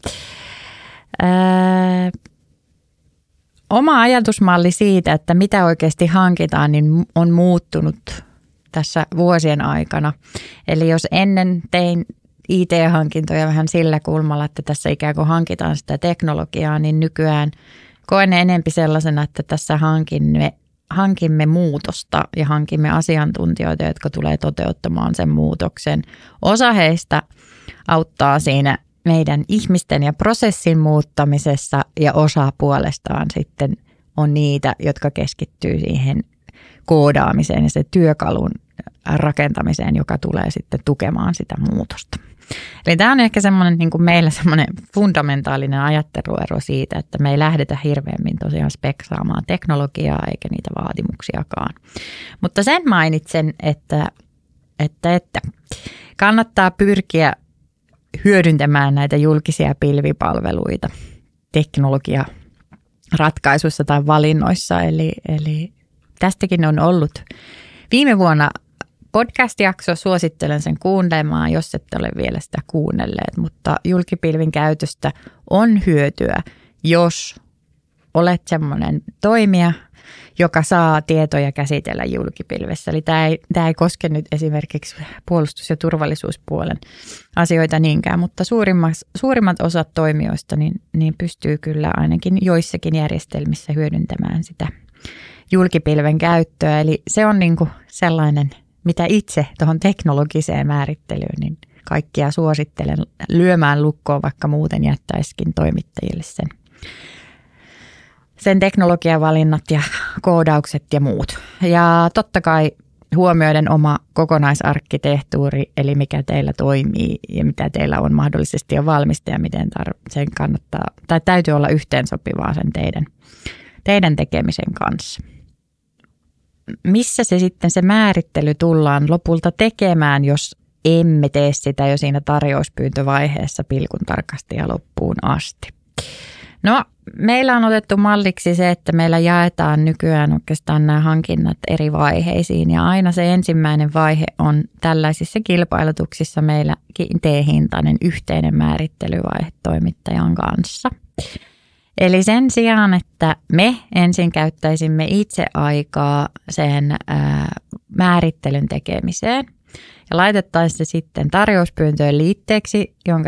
Oma ajatusmalli siitä, että mitä oikeasti hankitaan, niin on muuttunut tässä vuosien aikana. Eli jos ennen tein IT-hankintoja vähän sillä kulmalla, että tässä ikään kuin hankitaan sitä teknologiaa, niin nykyään koen enempi sellaisena, että tässä hankimme muutosta ja hankimme asiantuntijoita, jotka tulee toteuttamaan sen muutoksen. Osa heistä auttaa siinä meidän ihmisten ja prosessin muuttamisessa ja osa puolestaan sitten on niitä, jotka keskittyy siihen koodaamiseen ja se työkalun rakentamiseen, joka tulee sitten tukemaan sitä muutosta. Eli tämä on ehkä semmoinen niin kuin meillä semmoinen fundamentaalinen ajatteluero siitä, että me ei lähdetä hirveämmin tosiaan speksaamaan teknologiaa eikä niitä vaatimuksiakaan. Mutta sen mainitsen, että kannattaa pyrkiä hyödyntämään näitä julkisia pilvipalveluita teknologiaratkaisuissa tai valinnoissa. Eli tästäkin on ollut viime vuonna podcast-jakso, suosittelen sen kuuntelemaan, jos ette ole vielä sitä kuunnelleet, mutta julkipilvin käytöstä on hyötyä, jos olet semmoinen toimija, joka saa tietoja käsitellä julkipilvessä. Eli tämä ei koske nyt esimerkiksi puolustus- ja turvallisuuspuolen asioita niinkään, mutta suurimmat osat toimijoista niin pystyy kyllä ainakin joissakin järjestelmissä hyödyntämään sitä julkipilven käyttöä. Eli se on niin kuin sellainen, mitä itse tuohon teknologiseen määrittelyyn, niin kaikkia suosittelen lyömään lukkoon, vaikka muuten jättäisikin toimittajille sen teknologiavalinnat ja koodaukset ja muut. Ja totta kai huomioiden oma kokonaisarkkitehtuuri, eli mikä teillä toimii ja mitä teillä on mahdollisesti jo valmista ja miten sen kannattaa, tai täytyy olla yhteensopivaa sen teidän tekemisen kanssa. Missä se määrittely tullaan lopulta tekemään, jos emme tee sitä jo siinä tarjouspyyntövaiheessa pilkun tarkasti ja loppuun asti? No, meillä on otettu malliksi se, että meillä jaetaan nykyään oikeastaan nämä hankinnat eri vaiheisiin ja aina se ensimmäinen vaihe on tällaisissa kilpailutuksissa meillä kiinteähintainen yhteinen määrittelyvaihe toimittajan kanssa. Eli sen sijaan, että me ensin käyttäisimme itse aikaa sen määrittelyn tekemiseen ja laitettaisiin se sitten tarjouspyyntöön liitteeksi, jonka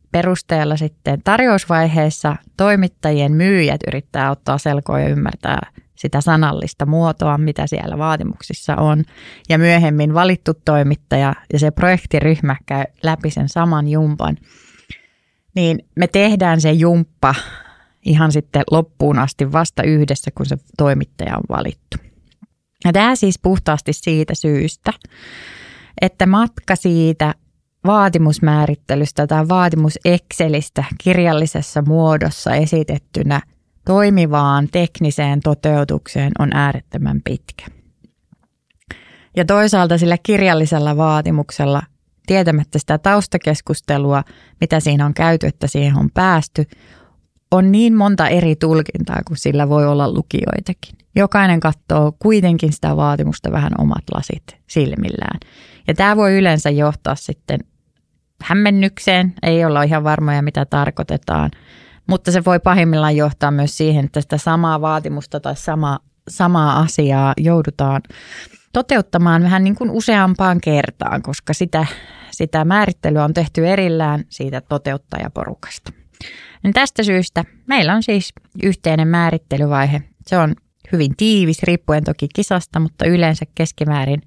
perusteella sitten tarjousvaiheessa toimittajien myyjät yrittää ottaa selkoa ja ymmärtää sitä sanallista muotoa, mitä siellä vaatimuksissa on. Ja myöhemmin valittu toimittaja ja se projektiryhmä käy läpi sen saman jumpan. Niin me tehdään se jumppa ihan sitten loppuun asti vasta yhdessä, kun se toimittaja on valittu. Ja tämä siis puhtaasti siitä syystä, että matka siitä vaatimusmäärittelystä tai vaatimus Excelistä kirjallisessa muodossa esitettynä toimivaan tekniseen toteutukseen on äärettömän pitkä. Ja toisaalta sillä kirjallisella vaatimuksella, tietämättä sitä taustakeskustelua, mitä siinä on käyty, että siihen on päästy, on niin monta eri tulkintaa, kuin sillä voi olla lukijoitakin. Jokainen katsoo kuitenkin sitä vaatimusta vähän omat lasit silmillään. Ja tämä voi yleensä johtaa sitten hämmennykseen, ei olla ihan varmoja mitä tarkoitetaan, mutta se voi pahimmillaan johtaa myös siihen, että sitä samaa vaatimusta tai samaa asiaa joudutaan toteuttamaan vähän niin kuin useampaan kertaan, koska sitä määrittelyä on tehty erillään siitä toteuttajaporukasta. Ja tästä syystä meillä on siis yhteinen määrittelyvaihe. Se on hyvin tiivis, riippuen toki kisasta, mutta yleensä keskimäärin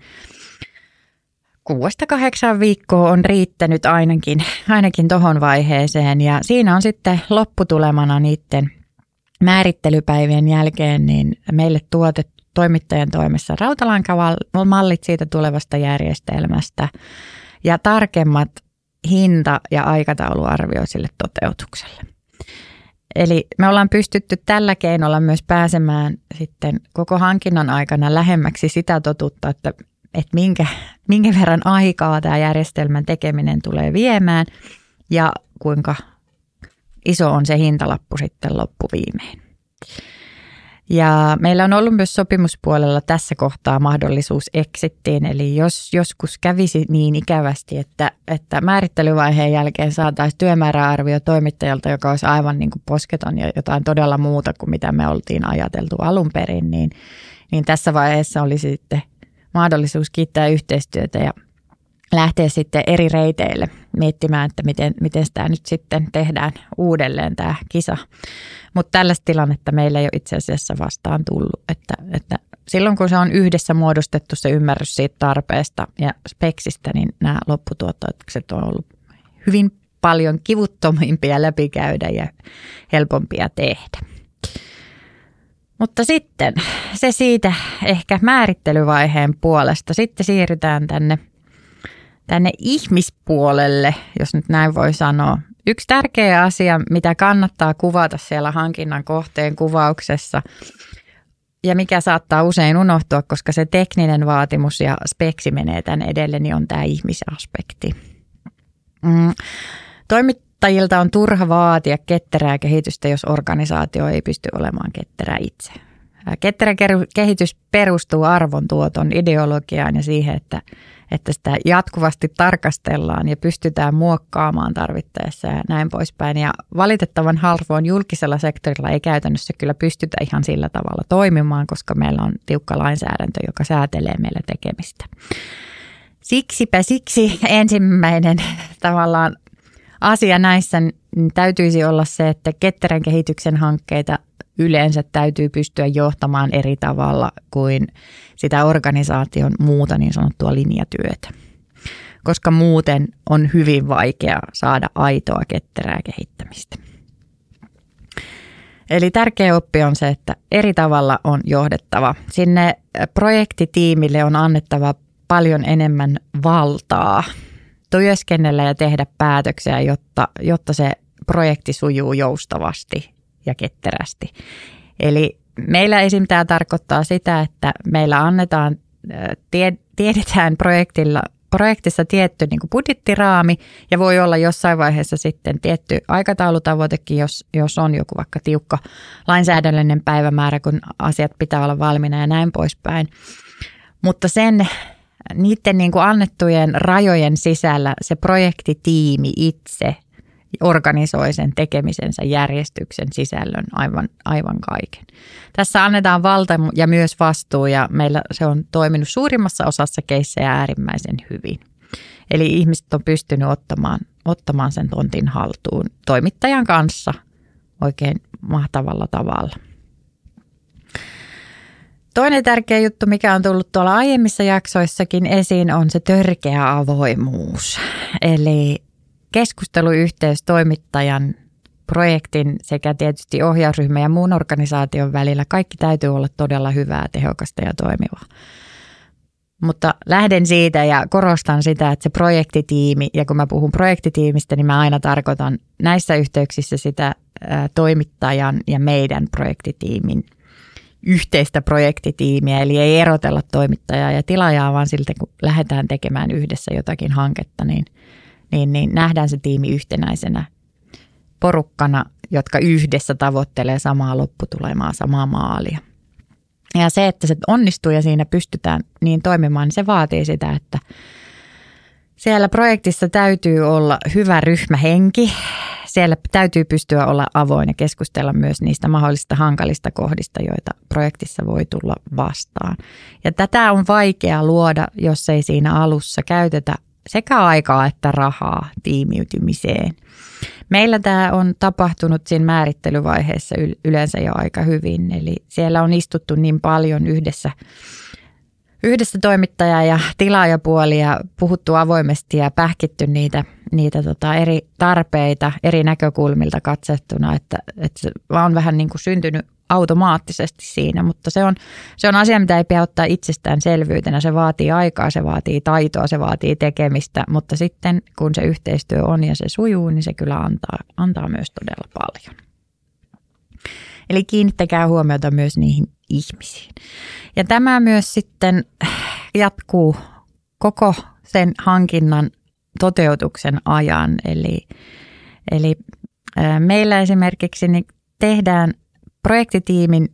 6-8 viikkoa on riittänyt ainakin tohon vaiheeseen. Ja siinä on sitten lopputulemana niiden määrittelypäivien jälkeen niin meille tuotettu toimittajan toimessa rautalankamallit siitä tulevasta järjestelmästä ja tarkemmat hinta- ja aikatauluarvio sille toteutukselle. Eli me ollaan pystytty tällä keinolla myös pääsemään sitten koko hankinnan aikana lähemmäksi sitä totuutta, että minkä verran aikaa tämä järjestelmän tekeminen tulee viemään ja kuinka iso on se hintalappu sitten loppuviimein. Ja meillä on ollut myös sopimuspuolella tässä kohtaa mahdollisuus exittiin, eli jos joskus kävisi niin ikävästi, että määrittelyvaiheen jälkeen saataisiin työmääräarvio toimittajalta, joka olisi aivan niin kuin posketon ja jotain todella muuta kuin mitä me oltiin ajateltu alun perin, niin tässä vaiheessa olisi sitten mahdollisuus kiittää yhteistyötä ja lähteä sitten eri reiteille miettimään, että miten sitä nyt sitten tehdään uudelleen tämä kisa. Mutta tällaista tilannetta meillä ei ole itse asiassa vastaan tullut, että silloin kun se on yhdessä muodostettu se ymmärrys siitä tarpeesta ja speksistä, niin nämä lopputuotokset on ollut hyvin paljon kivuttomimpia läpikäydä ja helpompia tehdä. Mutta sitten se siitä ehkä määrittelyvaiheen puolesta. Sitten siirrytään tänne ihmispuolelle, jos nyt näin voi sanoa. Yksi tärkeä asia, mitä kannattaa kuvata siellä hankinnan kohteen kuvauksessa ja mikä saattaa usein unohtua, koska se tekninen vaatimus ja speksi menee tänne edelle, niin on tämä ihmisaspekti. Toimittajilta on turha vaatia ketterää kehitystä, jos organisaatio ei pysty olemaan ketterä itse. Ketterä kehitys perustuu arvontuoton ideologiaan ja siihen, että sitä jatkuvasti tarkastellaan ja pystytään muokkaamaan tarvittaessa ja näin poispäin. Ja valitettavan harvoin julkisella sektorilla ei käytännössä kyllä pystytä ihan sillä tavalla toimimaan, koska meillä on tiukka lainsäädäntö, joka säätelee meillä tekemistä. Siksi ensimmäinen tavallaan asia näissä täytyisi olla se, että ketterän kehityksen hankkeita yleensä täytyy pystyä johtamaan eri tavalla kuin sitä organisaation muuta niin sanottua linjatyötä, koska muuten on hyvin vaikea saada aitoa ketterää kehittämistä. Eli tärkeä oppi on se, että eri tavalla on johdettava. Sinne projektitiimille on annettava paljon enemmän valtaa työskennellä ja tehdä päätöksiä, jotta se projekti sujuu joustavasti ja ketterästi. Eli meillä esim. Tämä tarkoittaa sitä, että meillä annetaan, tiedetään projektissa tietty niin kuin budjettiraami ja voi olla jossain vaiheessa sitten tietty aikataulutavoitekin, jos on joku vaikka tiukka lainsäädännöllinen päivämäärä, kun asiat pitää olla valmiina ja näin poispäin. Mutta niiden niin kuin annettujen rajojen sisällä se projektitiimi itse organisoi sen tekemisensä järjestyksen sisällön aivan kaiken. Tässä annetaan valta ja myös vastuu ja meillä se on toiminut suurimmassa osassa keissejä äärimmäisen hyvin. Eli ihmiset on pystynyt ottamaan sen tontin haltuun toimittajan kanssa oikein mahtavalla tavalla. Toinen tärkeä juttu, mikä on tullut tuolla aiemmissa jaksoissakin esiin, on se törkeä avoimuus. Eli keskusteluyhteys toimittajan, projektin sekä tietysti ohjausryhmän ja muun organisaation välillä. Kaikki täytyy olla todella hyvää, tehokasta ja toimivaa. Mutta lähden siitä ja korostan sitä, että se projektitiimi, ja kun mä puhun projektitiimistä, niin mä aina tarkoitan näissä yhteyksissä sitä toimittajan ja meidän projektitiimin yhteistä projektitiimiä, eli ei erotella toimittajaa ja tilaajaa, vaan siltä kun lähdetään tekemään yhdessä jotakin hanketta, niin nähdään se tiimi yhtenäisenä porukkana, jotka yhdessä tavoittelee samaa lopputulemaa, samaa maalia. Ja se, että se onnistuu ja siinä pystytään niin toimimaan, niin se vaatii sitä, että siellä projektissa täytyy olla hyvä ryhmähenki. Siellä täytyy pystyä olla avoin ja keskustella myös niistä mahdollisista hankalista kohdista, joita projektissa voi tulla vastaan. Ja tätä on vaikea luoda, jos ei siinä alussa käytetä sekä aikaa että rahaa tiimiytymiseen. Meillä tämä on tapahtunut siinä määrittelyvaiheessa yleensä jo aika hyvin. Eli siellä on istuttu niin paljon yhdessä toimittaja- ja tilaajapuolia, puhuttu avoimesti ja pähkitty niitä eri tarpeita eri näkökulmilta katsettuna, että se on vähän niin kuin syntynyt automaattisesti siinä, mutta se on asia, mitä ei pidä ottaa itsestäänselvyytenä. Se vaatii aikaa, se vaatii taitoa, se vaatii tekemistä, mutta sitten kun se yhteistyö on ja se sujuu, niin se kyllä antaa myös todella paljon. Eli kiinnittäkää huomiota myös niihin ihmisiin. Ja tämä myös sitten jatkuu koko sen hankinnan toteutuksen ajan. Eli meillä esimerkiksi niin tehdään projektitiimin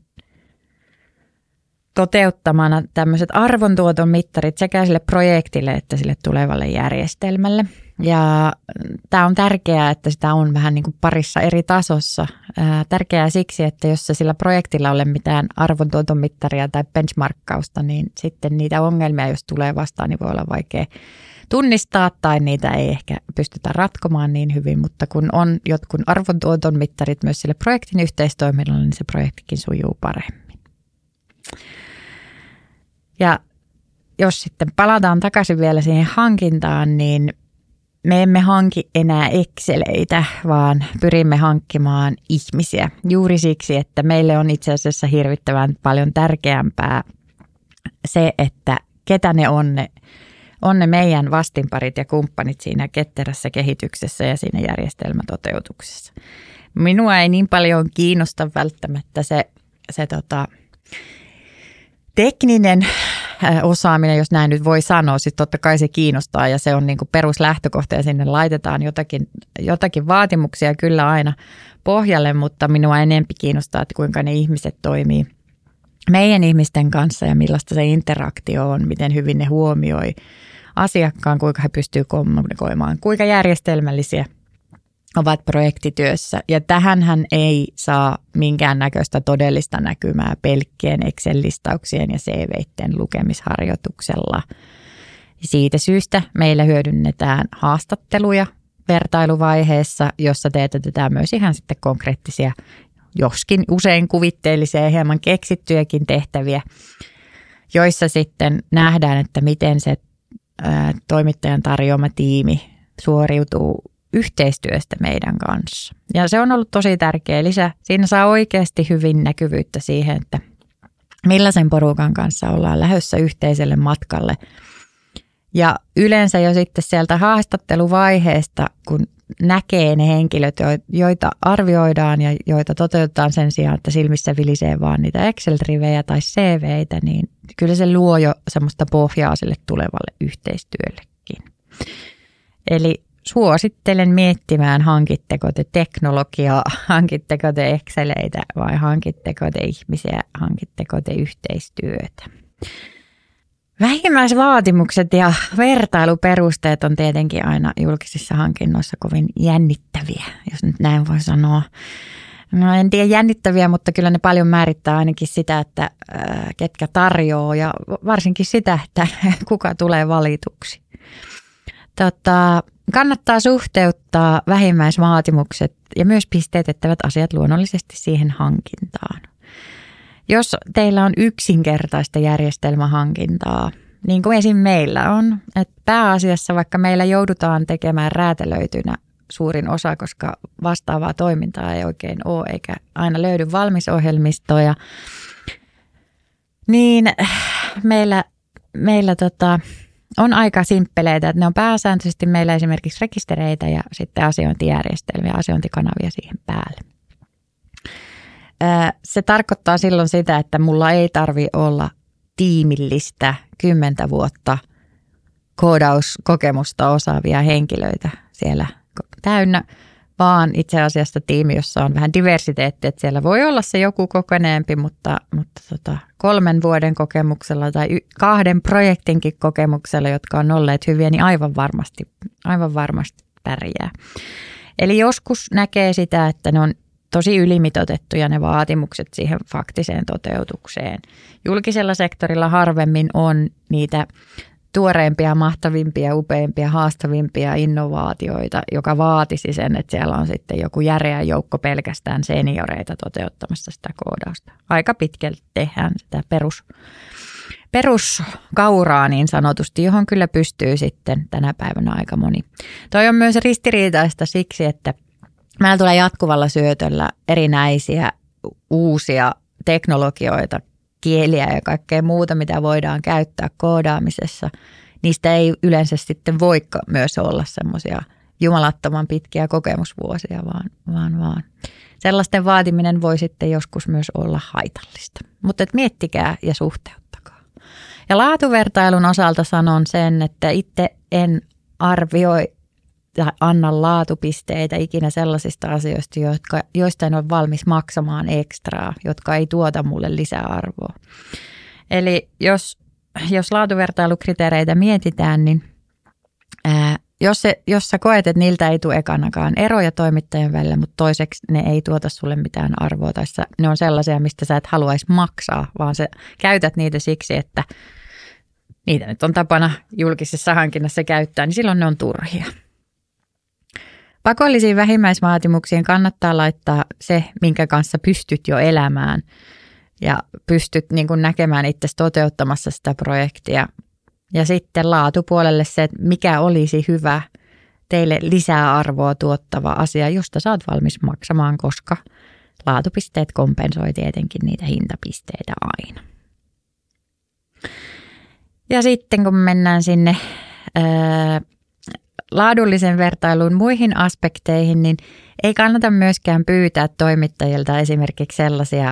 toteuttamana tämmöiset arvontuoton mittarit sekä sille projektille että sille tulevalle järjestelmälle. Ja tämä on tärkeää, että sitä on vähän niin kuin parissa eri tasossa. Tärkeää siksi, että jos sillä projektilla ole mitään arvontuoton mittaria tai benchmarkkausta, niin sitten niitä ongelmia, jos tulee vastaan, niin voi olla vaikea tunnistaa tai niitä ei ehkä pystytä ratkomaan niin hyvin, mutta kun on jotkut arvontuoton mittarit myös sille projektin yhteistoiminnalla, niin se projektikin sujuu paremmin. Ja jos sitten palataan takaisin vielä siihen hankintaan, niin me emme hanki enää Exceleitä, vaan pyrimme hankkimaan ihmisiä juuri siksi, että meille on itse asiassa hirvittävän paljon tärkeämpää se, että ketä ne on ne meidän vastinparit ja kumppanit siinä ketterässä kehityksessä ja siinä järjestelmätoteutuksessa. Minua ei niin paljon kiinnosta välttämättä se tekninen osaaminen, jos näin nyt voi sanoa. Sitten totta kai se kiinnostaa ja se on niin kuin peruslähtökohta ja sinne laitetaan jotakin vaatimuksia kyllä aina pohjalle, mutta minua enempi kiinnostaa, että kuinka ne ihmiset toimii meidän ihmisten kanssa ja millaista se interaktio on, miten hyvin ne huomioi asiakkaan, kuinka he pystyvät kommunikoimaan, kuinka järjestelmällisiä ovat projektityössä. Ja tähänhän ei saa minkäännäköistä todellista näkymää pelkkien Excel-listauksien ja CV-iden lukemisharjoituksella. Siitä syystä meillä hyödynnetään haastatteluja vertailuvaiheessa, jossa teetetään myös ihan sitten konkreettisia, joskin usein kuvitteellisia ja hieman keksittyjäkin tehtäviä, joissa sitten nähdään, että miten se toimittajan tarjoama tiimi suoriutuu yhteistyöstä meidän kanssa. Ja se on ollut tosi tärkeä lisä. Siinä saa oikeasti hyvin näkyvyyttä siihen, että millaisen porukan kanssa ollaan lähdössä yhteiselle matkalle. Ja yleensä jo sitten sieltä haastatteluvaiheesta, kun näkee ne henkilöt, joita arvioidaan ja joita toteutetaan sen sijaan, että silmissä vilisee vaan niitä Excel-rivejä tai CVitä, niin kyllä se luo jo semmoista pohjaa sille tulevalle yhteistyöllekin. Eli suosittelen miettimään, hankitteko te teknologiaa, hankitteko te Exceleitä vai hankitteko te ihmisiä, hankitteko te yhteistyötä. Vähimmäisvaatimukset ja vertailuperusteet on tietenkin aina julkisissa hankinnoissa kovin jännittäviä, jos nyt näin voi sanoa. No en tiedä jännittäviä, mutta kyllä ne paljon määrittää ainakin sitä, että ketkä tarjoaa ja varsinkin sitä, että kuka tulee valituksi. Kannattaa suhteuttaa vähimmäisvaatimukset ja myös pisteytettävät asiat luonnollisesti siihen hankintaan. Jos teillä on yksinkertaista järjestelmähankintaa, niin kuin esim. Meillä on, että pääasiassa vaikka meillä joudutaan tekemään räätälöitynä suurin osa, koska vastaavaa toimintaa ei oikein ole eikä aina löydy valmisohjelmistoja, niin meillä on aika simppeleitä, että ne on pääsääntöisesti meillä esimerkiksi rekistereitä ja sitten asiointijärjestelmiä, asiointikanavia siihen päälle. Se tarkoittaa silloin sitä, että mulla ei tarvitse olla tiimillistä 10 vuotta koodauskokemusta osaavia henkilöitä siellä täynnä, vaan itse asiassa tiimi, jossa on vähän diversiteettiä, että siellä voi olla se joku kokeneempi, mutta 3 vuoden kokemuksella tai 2 projektinkin kokemuksella, jotka on olleet hyviä, niin aivan varmasti pärjää. Eli joskus näkee sitä, että ne on tosi ylimitoitettuja ne vaatimukset siihen faktiseen toteutukseen. Julkisella sektorilla harvemmin on niitä tuoreempia, mahtavimpia, upeimpia, haastavimpia innovaatioita, joka vaatisi sen, että siellä on sitten joku järeä joukko pelkästään senioreita toteuttamassa sitä koodausta. Aika pitkälti tehdään sitä peruskauraa niin sanotusti, johon kyllä pystyy sitten tänä päivänä aika moni. Toi on myös ristiriitaista siksi, että meillä tulee jatkuvalla syötöllä erinäisiä uusia teknologioita, kieliä ja kaikkea muuta, mitä voidaan käyttää koodaamisessa. Niistä ei yleensä sitten voi myös olla semmoisia jumalattoman pitkiä kokemusvuosia, vaan sellaisten vaatiminen voi sitten joskus myös olla haitallista. Mutta miettikää ja suhteuttakaa. Ja laatuvertailun osalta sanon sen, että itse en arvioi tai anna laatupisteitä ikinä sellaisista asioista, joista en ole valmis maksamaan ekstraa, jotka ei tuota mulle lisäarvoa. Eli jos laatuvertailukriteereitä mietitään, niin jos sä koet, että niiltä ei tule ekanakaan eroja toimittajien välillä, mutta toiseksi ne ei tuota sulle mitään arvoa, tai ne on sellaisia, mistä sä et haluaisi maksaa, vaan sä käytät niitä siksi, että niitä nyt on tapana julkisessa hankinnassa käyttää, niin silloin ne on turhia. Pakollisiin vähimmäisvaatimuksiin kannattaa laittaa se, minkä kanssa pystyt jo elämään ja pystyt niin kuin näkemään itsesi toteuttamassa sitä projektia. Ja sitten laatupuolelle se, että mikä olisi hyvä teille lisäarvoa tuottava asia, josta saat valmis maksamaan, koska laatupisteet kompensoi tietenkin niitä hintapisteitä aina. Ja sitten kun mennään sinne laadullisen vertailun muihin aspekteihin, niin ei kannata myöskään pyytää toimittajilta esimerkiksi sellaisia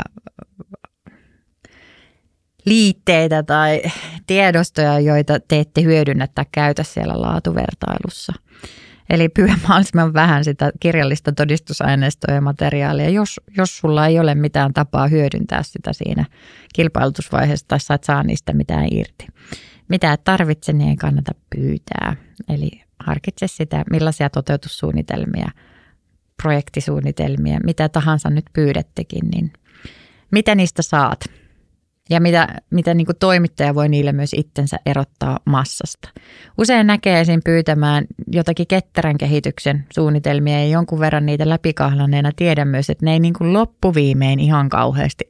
liitteitä tai tiedostoja, joita te ette hyödynnä tai käytä siellä laatuvertailussa. Eli pyydä mahdollisimman vähän sitä kirjallista todistusaineistoa ja materiaalia, jos sulla ei ole mitään tapaa hyödyntää sitä siinä kilpailutusvaiheessa tai sä et saa niistä mitään irti. Mitä et tarvitse, niin ei kannata pyytää. Eli harkitse sitä, millaisia toteutussuunnitelmia, projektisuunnitelmia, mitä tahansa nyt pyydettekin, niin mitä niistä saat ja mitä niin kuin toimittaja voi niille myös itsensä erottaa massasta. Usein näkee esim. Pyytämään jotakin ketterän kehityksen suunnitelmia ja jonkun verran niitä läpikahlaneena tiedän myös, että ne ei niin kuin loppuviimein ihan kauheasti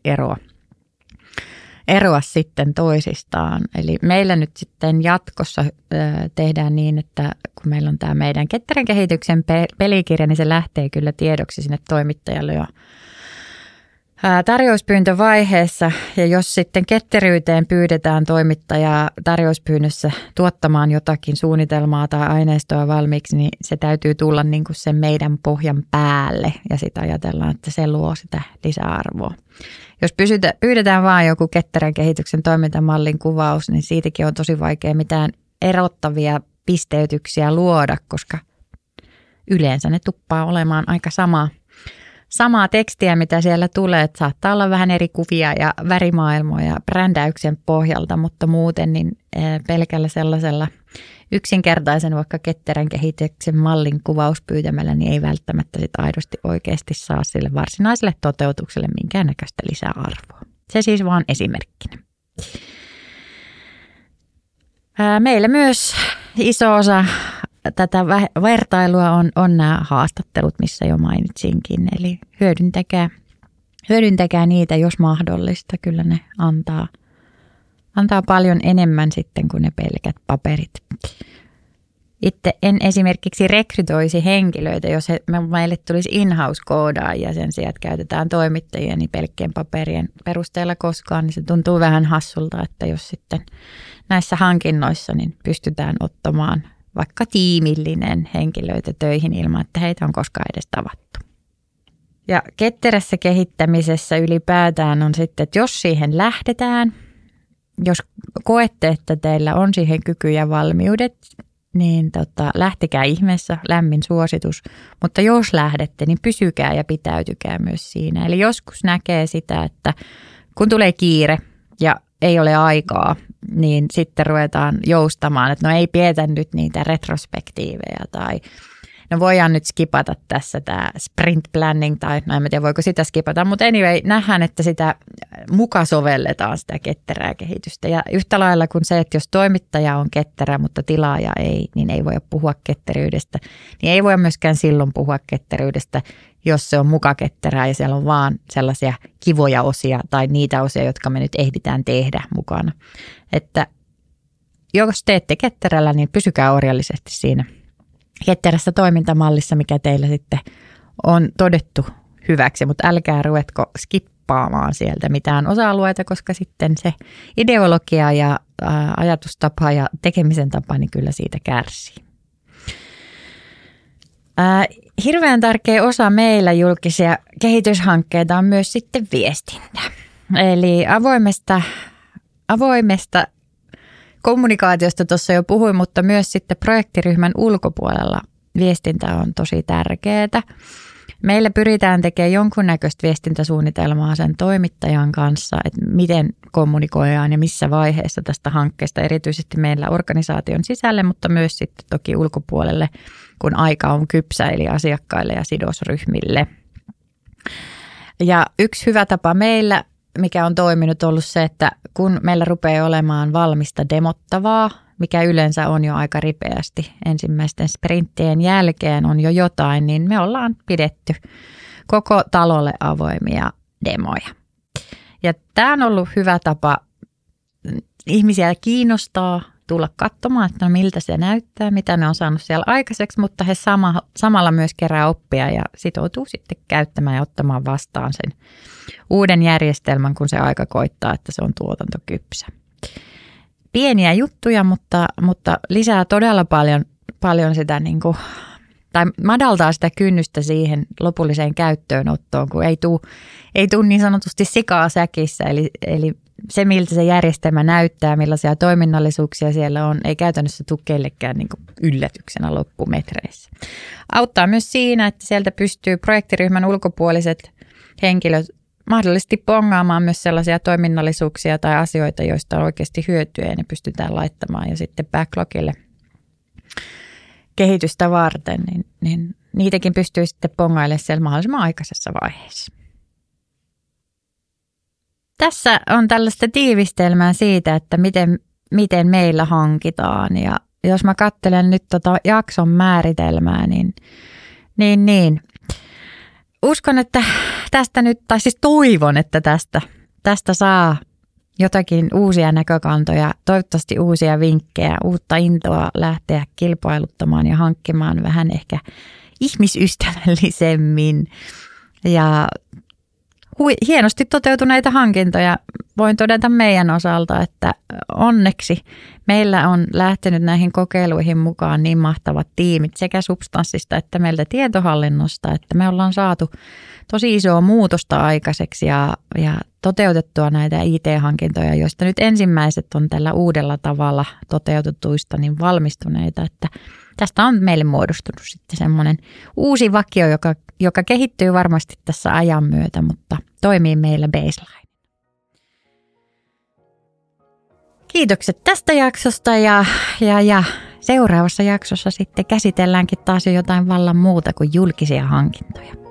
eroa sitten toisistaan. Eli meillä nyt sitten jatkossa tehdään niin, että kun meillä on tämä meidän ketterän kehityksen pelikirja, niin se lähtee kyllä tiedoksi sinne toimittajalle jo tarjouspyyntövaiheessa. Ja jos sitten ketteryyteen pyydetään toimittajaa tarjouspyynnössä tuottamaan jotakin suunnitelmaa tai aineistoa valmiiksi, niin se täytyy tulla niin kuin sen meidän pohjan päälle ja sitä ajatellaan, että se luo sitä lisäarvoa. Jos pyydetään vaan joku ketterän kehityksen toimintamallin kuvaus, niin siitäkin on tosi vaikea mitään erottavia pisteytyksiä luoda, koska yleensä ne tuppaa olemaan aika samaa tekstiä, mitä siellä tulee. Että saattaa olla vähän eri kuvia ja värimaailmoja brändäyksen pohjalta, mutta muuten niin pelkällä sellaisella yksinkertaisen vaikka ketterän kehityksen mallin kuvauspyytämällä, niin ei välttämättä sit aidosti oikeasti saa sille varsinaiselle toteutukselle minkäännäköistä lisäarvoa. Se siis vaan esimerkkinä. Meillä myös iso osa vertailua on nämä haastattelut, missä jo mainitsinkin. Eli hyödyntäkää niitä, jos mahdollista. Kyllä ne antaa paljon enemmän sitten kuin ne pelkät paperit. Itse en esimerkiksi rekrytoisi henkilöitä, jos meille tulisi in-house-koodaajia sen sijaan, että käytetään toimittajia niin pelkkien paperien perusteella koskaan, niin se tuntuu vähän hassulta, että jos sitten näissä hankinnoissa niin pystytään ottamaan vaikka tiimillinen henkilöitä töihin ilman, että heitä on koskaan edes tavattu. Ja ketterässä kehittämisessä ylipäätään on sitten, että jos siihen lähdetään, jos koette, että teillä on siihen kyky ja valmiudet, niin lähtekää ihmeessä, lämmin suositus. Mutta jos lähdette, niin pysykää ja pitäytykää myös siinä. Eli joskus näkee sitä, että kun tulee kiire ja ei ole aikaa, niin sitten ruvetaan joustamaan, että no ei pidetä nyt niitä retrospektiivejä tai no voidaan nyt skipata tässä tämä sprint planning tai no en tiedä voiko sitä skipata, mutta anyway nähdään, että sitä muka sovelletaan sitä ketterää kehitystä ja yhtä lailla kuin se, että jos toimittaja on ketterä, mutta tilaaja ei, niin ei voi puhua ketteryydestä, niin ei voi myöskään silloin puhua ketteryydestä, jos se on muka ketterää ja siellä on vaan sellaisia kivoja osia tai niitä osia, jotka me nyt ehditään tehdä mukana. Että jos teette ketterällä, niin pysykää orjallisesti siinä ketterässä toimintamallissa, mikä teillä sitten on todettu hyväksi, mutta älkää ruvetko skippaamaan sieltä mitään osa-alueita, koska sitten se ideologia ja ajatustapa ja tekemisen tapa, niin kyllä siitä kärsii. Hirveän tärkeä osa meillä julkisia kehityshankkeita on myös sitten viestintä. Eli avoimesta kommunikaatiosta tuossa jo puhuin, mutta myös sitten projektiryhmän ulkopuolella viestintä on tosi tärkeää. Meillä pyritään tekemään jonkunnäköistä viestintäsuunnitelmaa sen toimittajan kanssa, että miten kommunikoidaan ja missä vaiheessa tästä hankkeesta, erityisesti meillä organisaation sisälle, mutta myös sitten toki ulkopuolelle, kun aika on kypsä, eli asiakkaille ja sidosryhmille. Ja yksi hyvä tapa meillä, mikä on toiminut, ollut se, että kun meillä rupeaa olemaan valmista demottavaa, mikä yleensä on jo aika ripeästi ensimmäisten sprinttien jälkeen on jo jotain, niin me ollaan pidetty koko talolle avoimia demoja. Ja tämä on ollut hyvä tapa ihmisiä kiinnostaa tulla katsomaan, että no miltä se näyttää, mitä ne on saanut siellä aikaiseksi, mutta he samalla myös kerää oppia ja sitoutuu sitten käyttämään ja ottamaan vastaan sen uuden järjestelmän, kun se aika koittaa, että se on tuotantokypsä. Pieniä juttuja, mutta lisää todella paljon sitä tai madaltaa sitä kynnystä siihen lopulliseen käyttöönottoon, kun ei tule niin sanotusti sikaa säkissä, eli se, miltä se järjestelmä näyttää, millaisia toiminnallisuuksia siellä on, ei käytännössä tule kellekään yllätyksenä loppumetreissä. Auttaa myös siinä, että sieltä pystyy projektiryhmän ulkopuoliset henkilöt mahdollisesti bongaamaan myös sellaisia toiminnallisuuksia tai asioita, joista on oikeasti hyötyä ja ne pystytään laittamaan ja sitten backlogille kehitystä varten, niin niitäkin pystyy sitten bongailemaan siellä mahdollisimman aikaisessa vaiheessa. Tässä on tällaista tiivistelmää siitä, että miten meillä hankitaan ja jos mä katselen nyt jakson määritelmää, niin uskon, että tästä nyt, tai siis toivon, että tästä saa jotakin uusia näkökantoja, toivottavasti uusia vinkkejä, uutta intoa lähteä kilpailuttamaan ja hankkimaan vähän ehkä ihmisystävällisemmin ja hienosti toteutuneita hankintoja. Voin todeta meidän osalta, että onneksi meillä on lähtenyt näihin kokeiluihin mukaan niin mahtavat tiimit sekä substanssista että meiltä tietohallinnosta, että me ollaan saatu tosi isoa muutosta aikaiseksi ja toteutettua näitä IT-hankintoja, joista nyt ensimmäiset on tällä uudella tavalla toteutetuista niin valmistuneita, että tästä on meille muodostunut sitten semmoinen uusi vakio, joka kehittyy varmasti tässä ajan myötä, mutta toimii meillä baseline. Kiitokset tästä jaksosta ja seuraavassa jaksossa sitten käsitelläänkin taas jo jotain vallan muuta kuin julkisia hankintoja.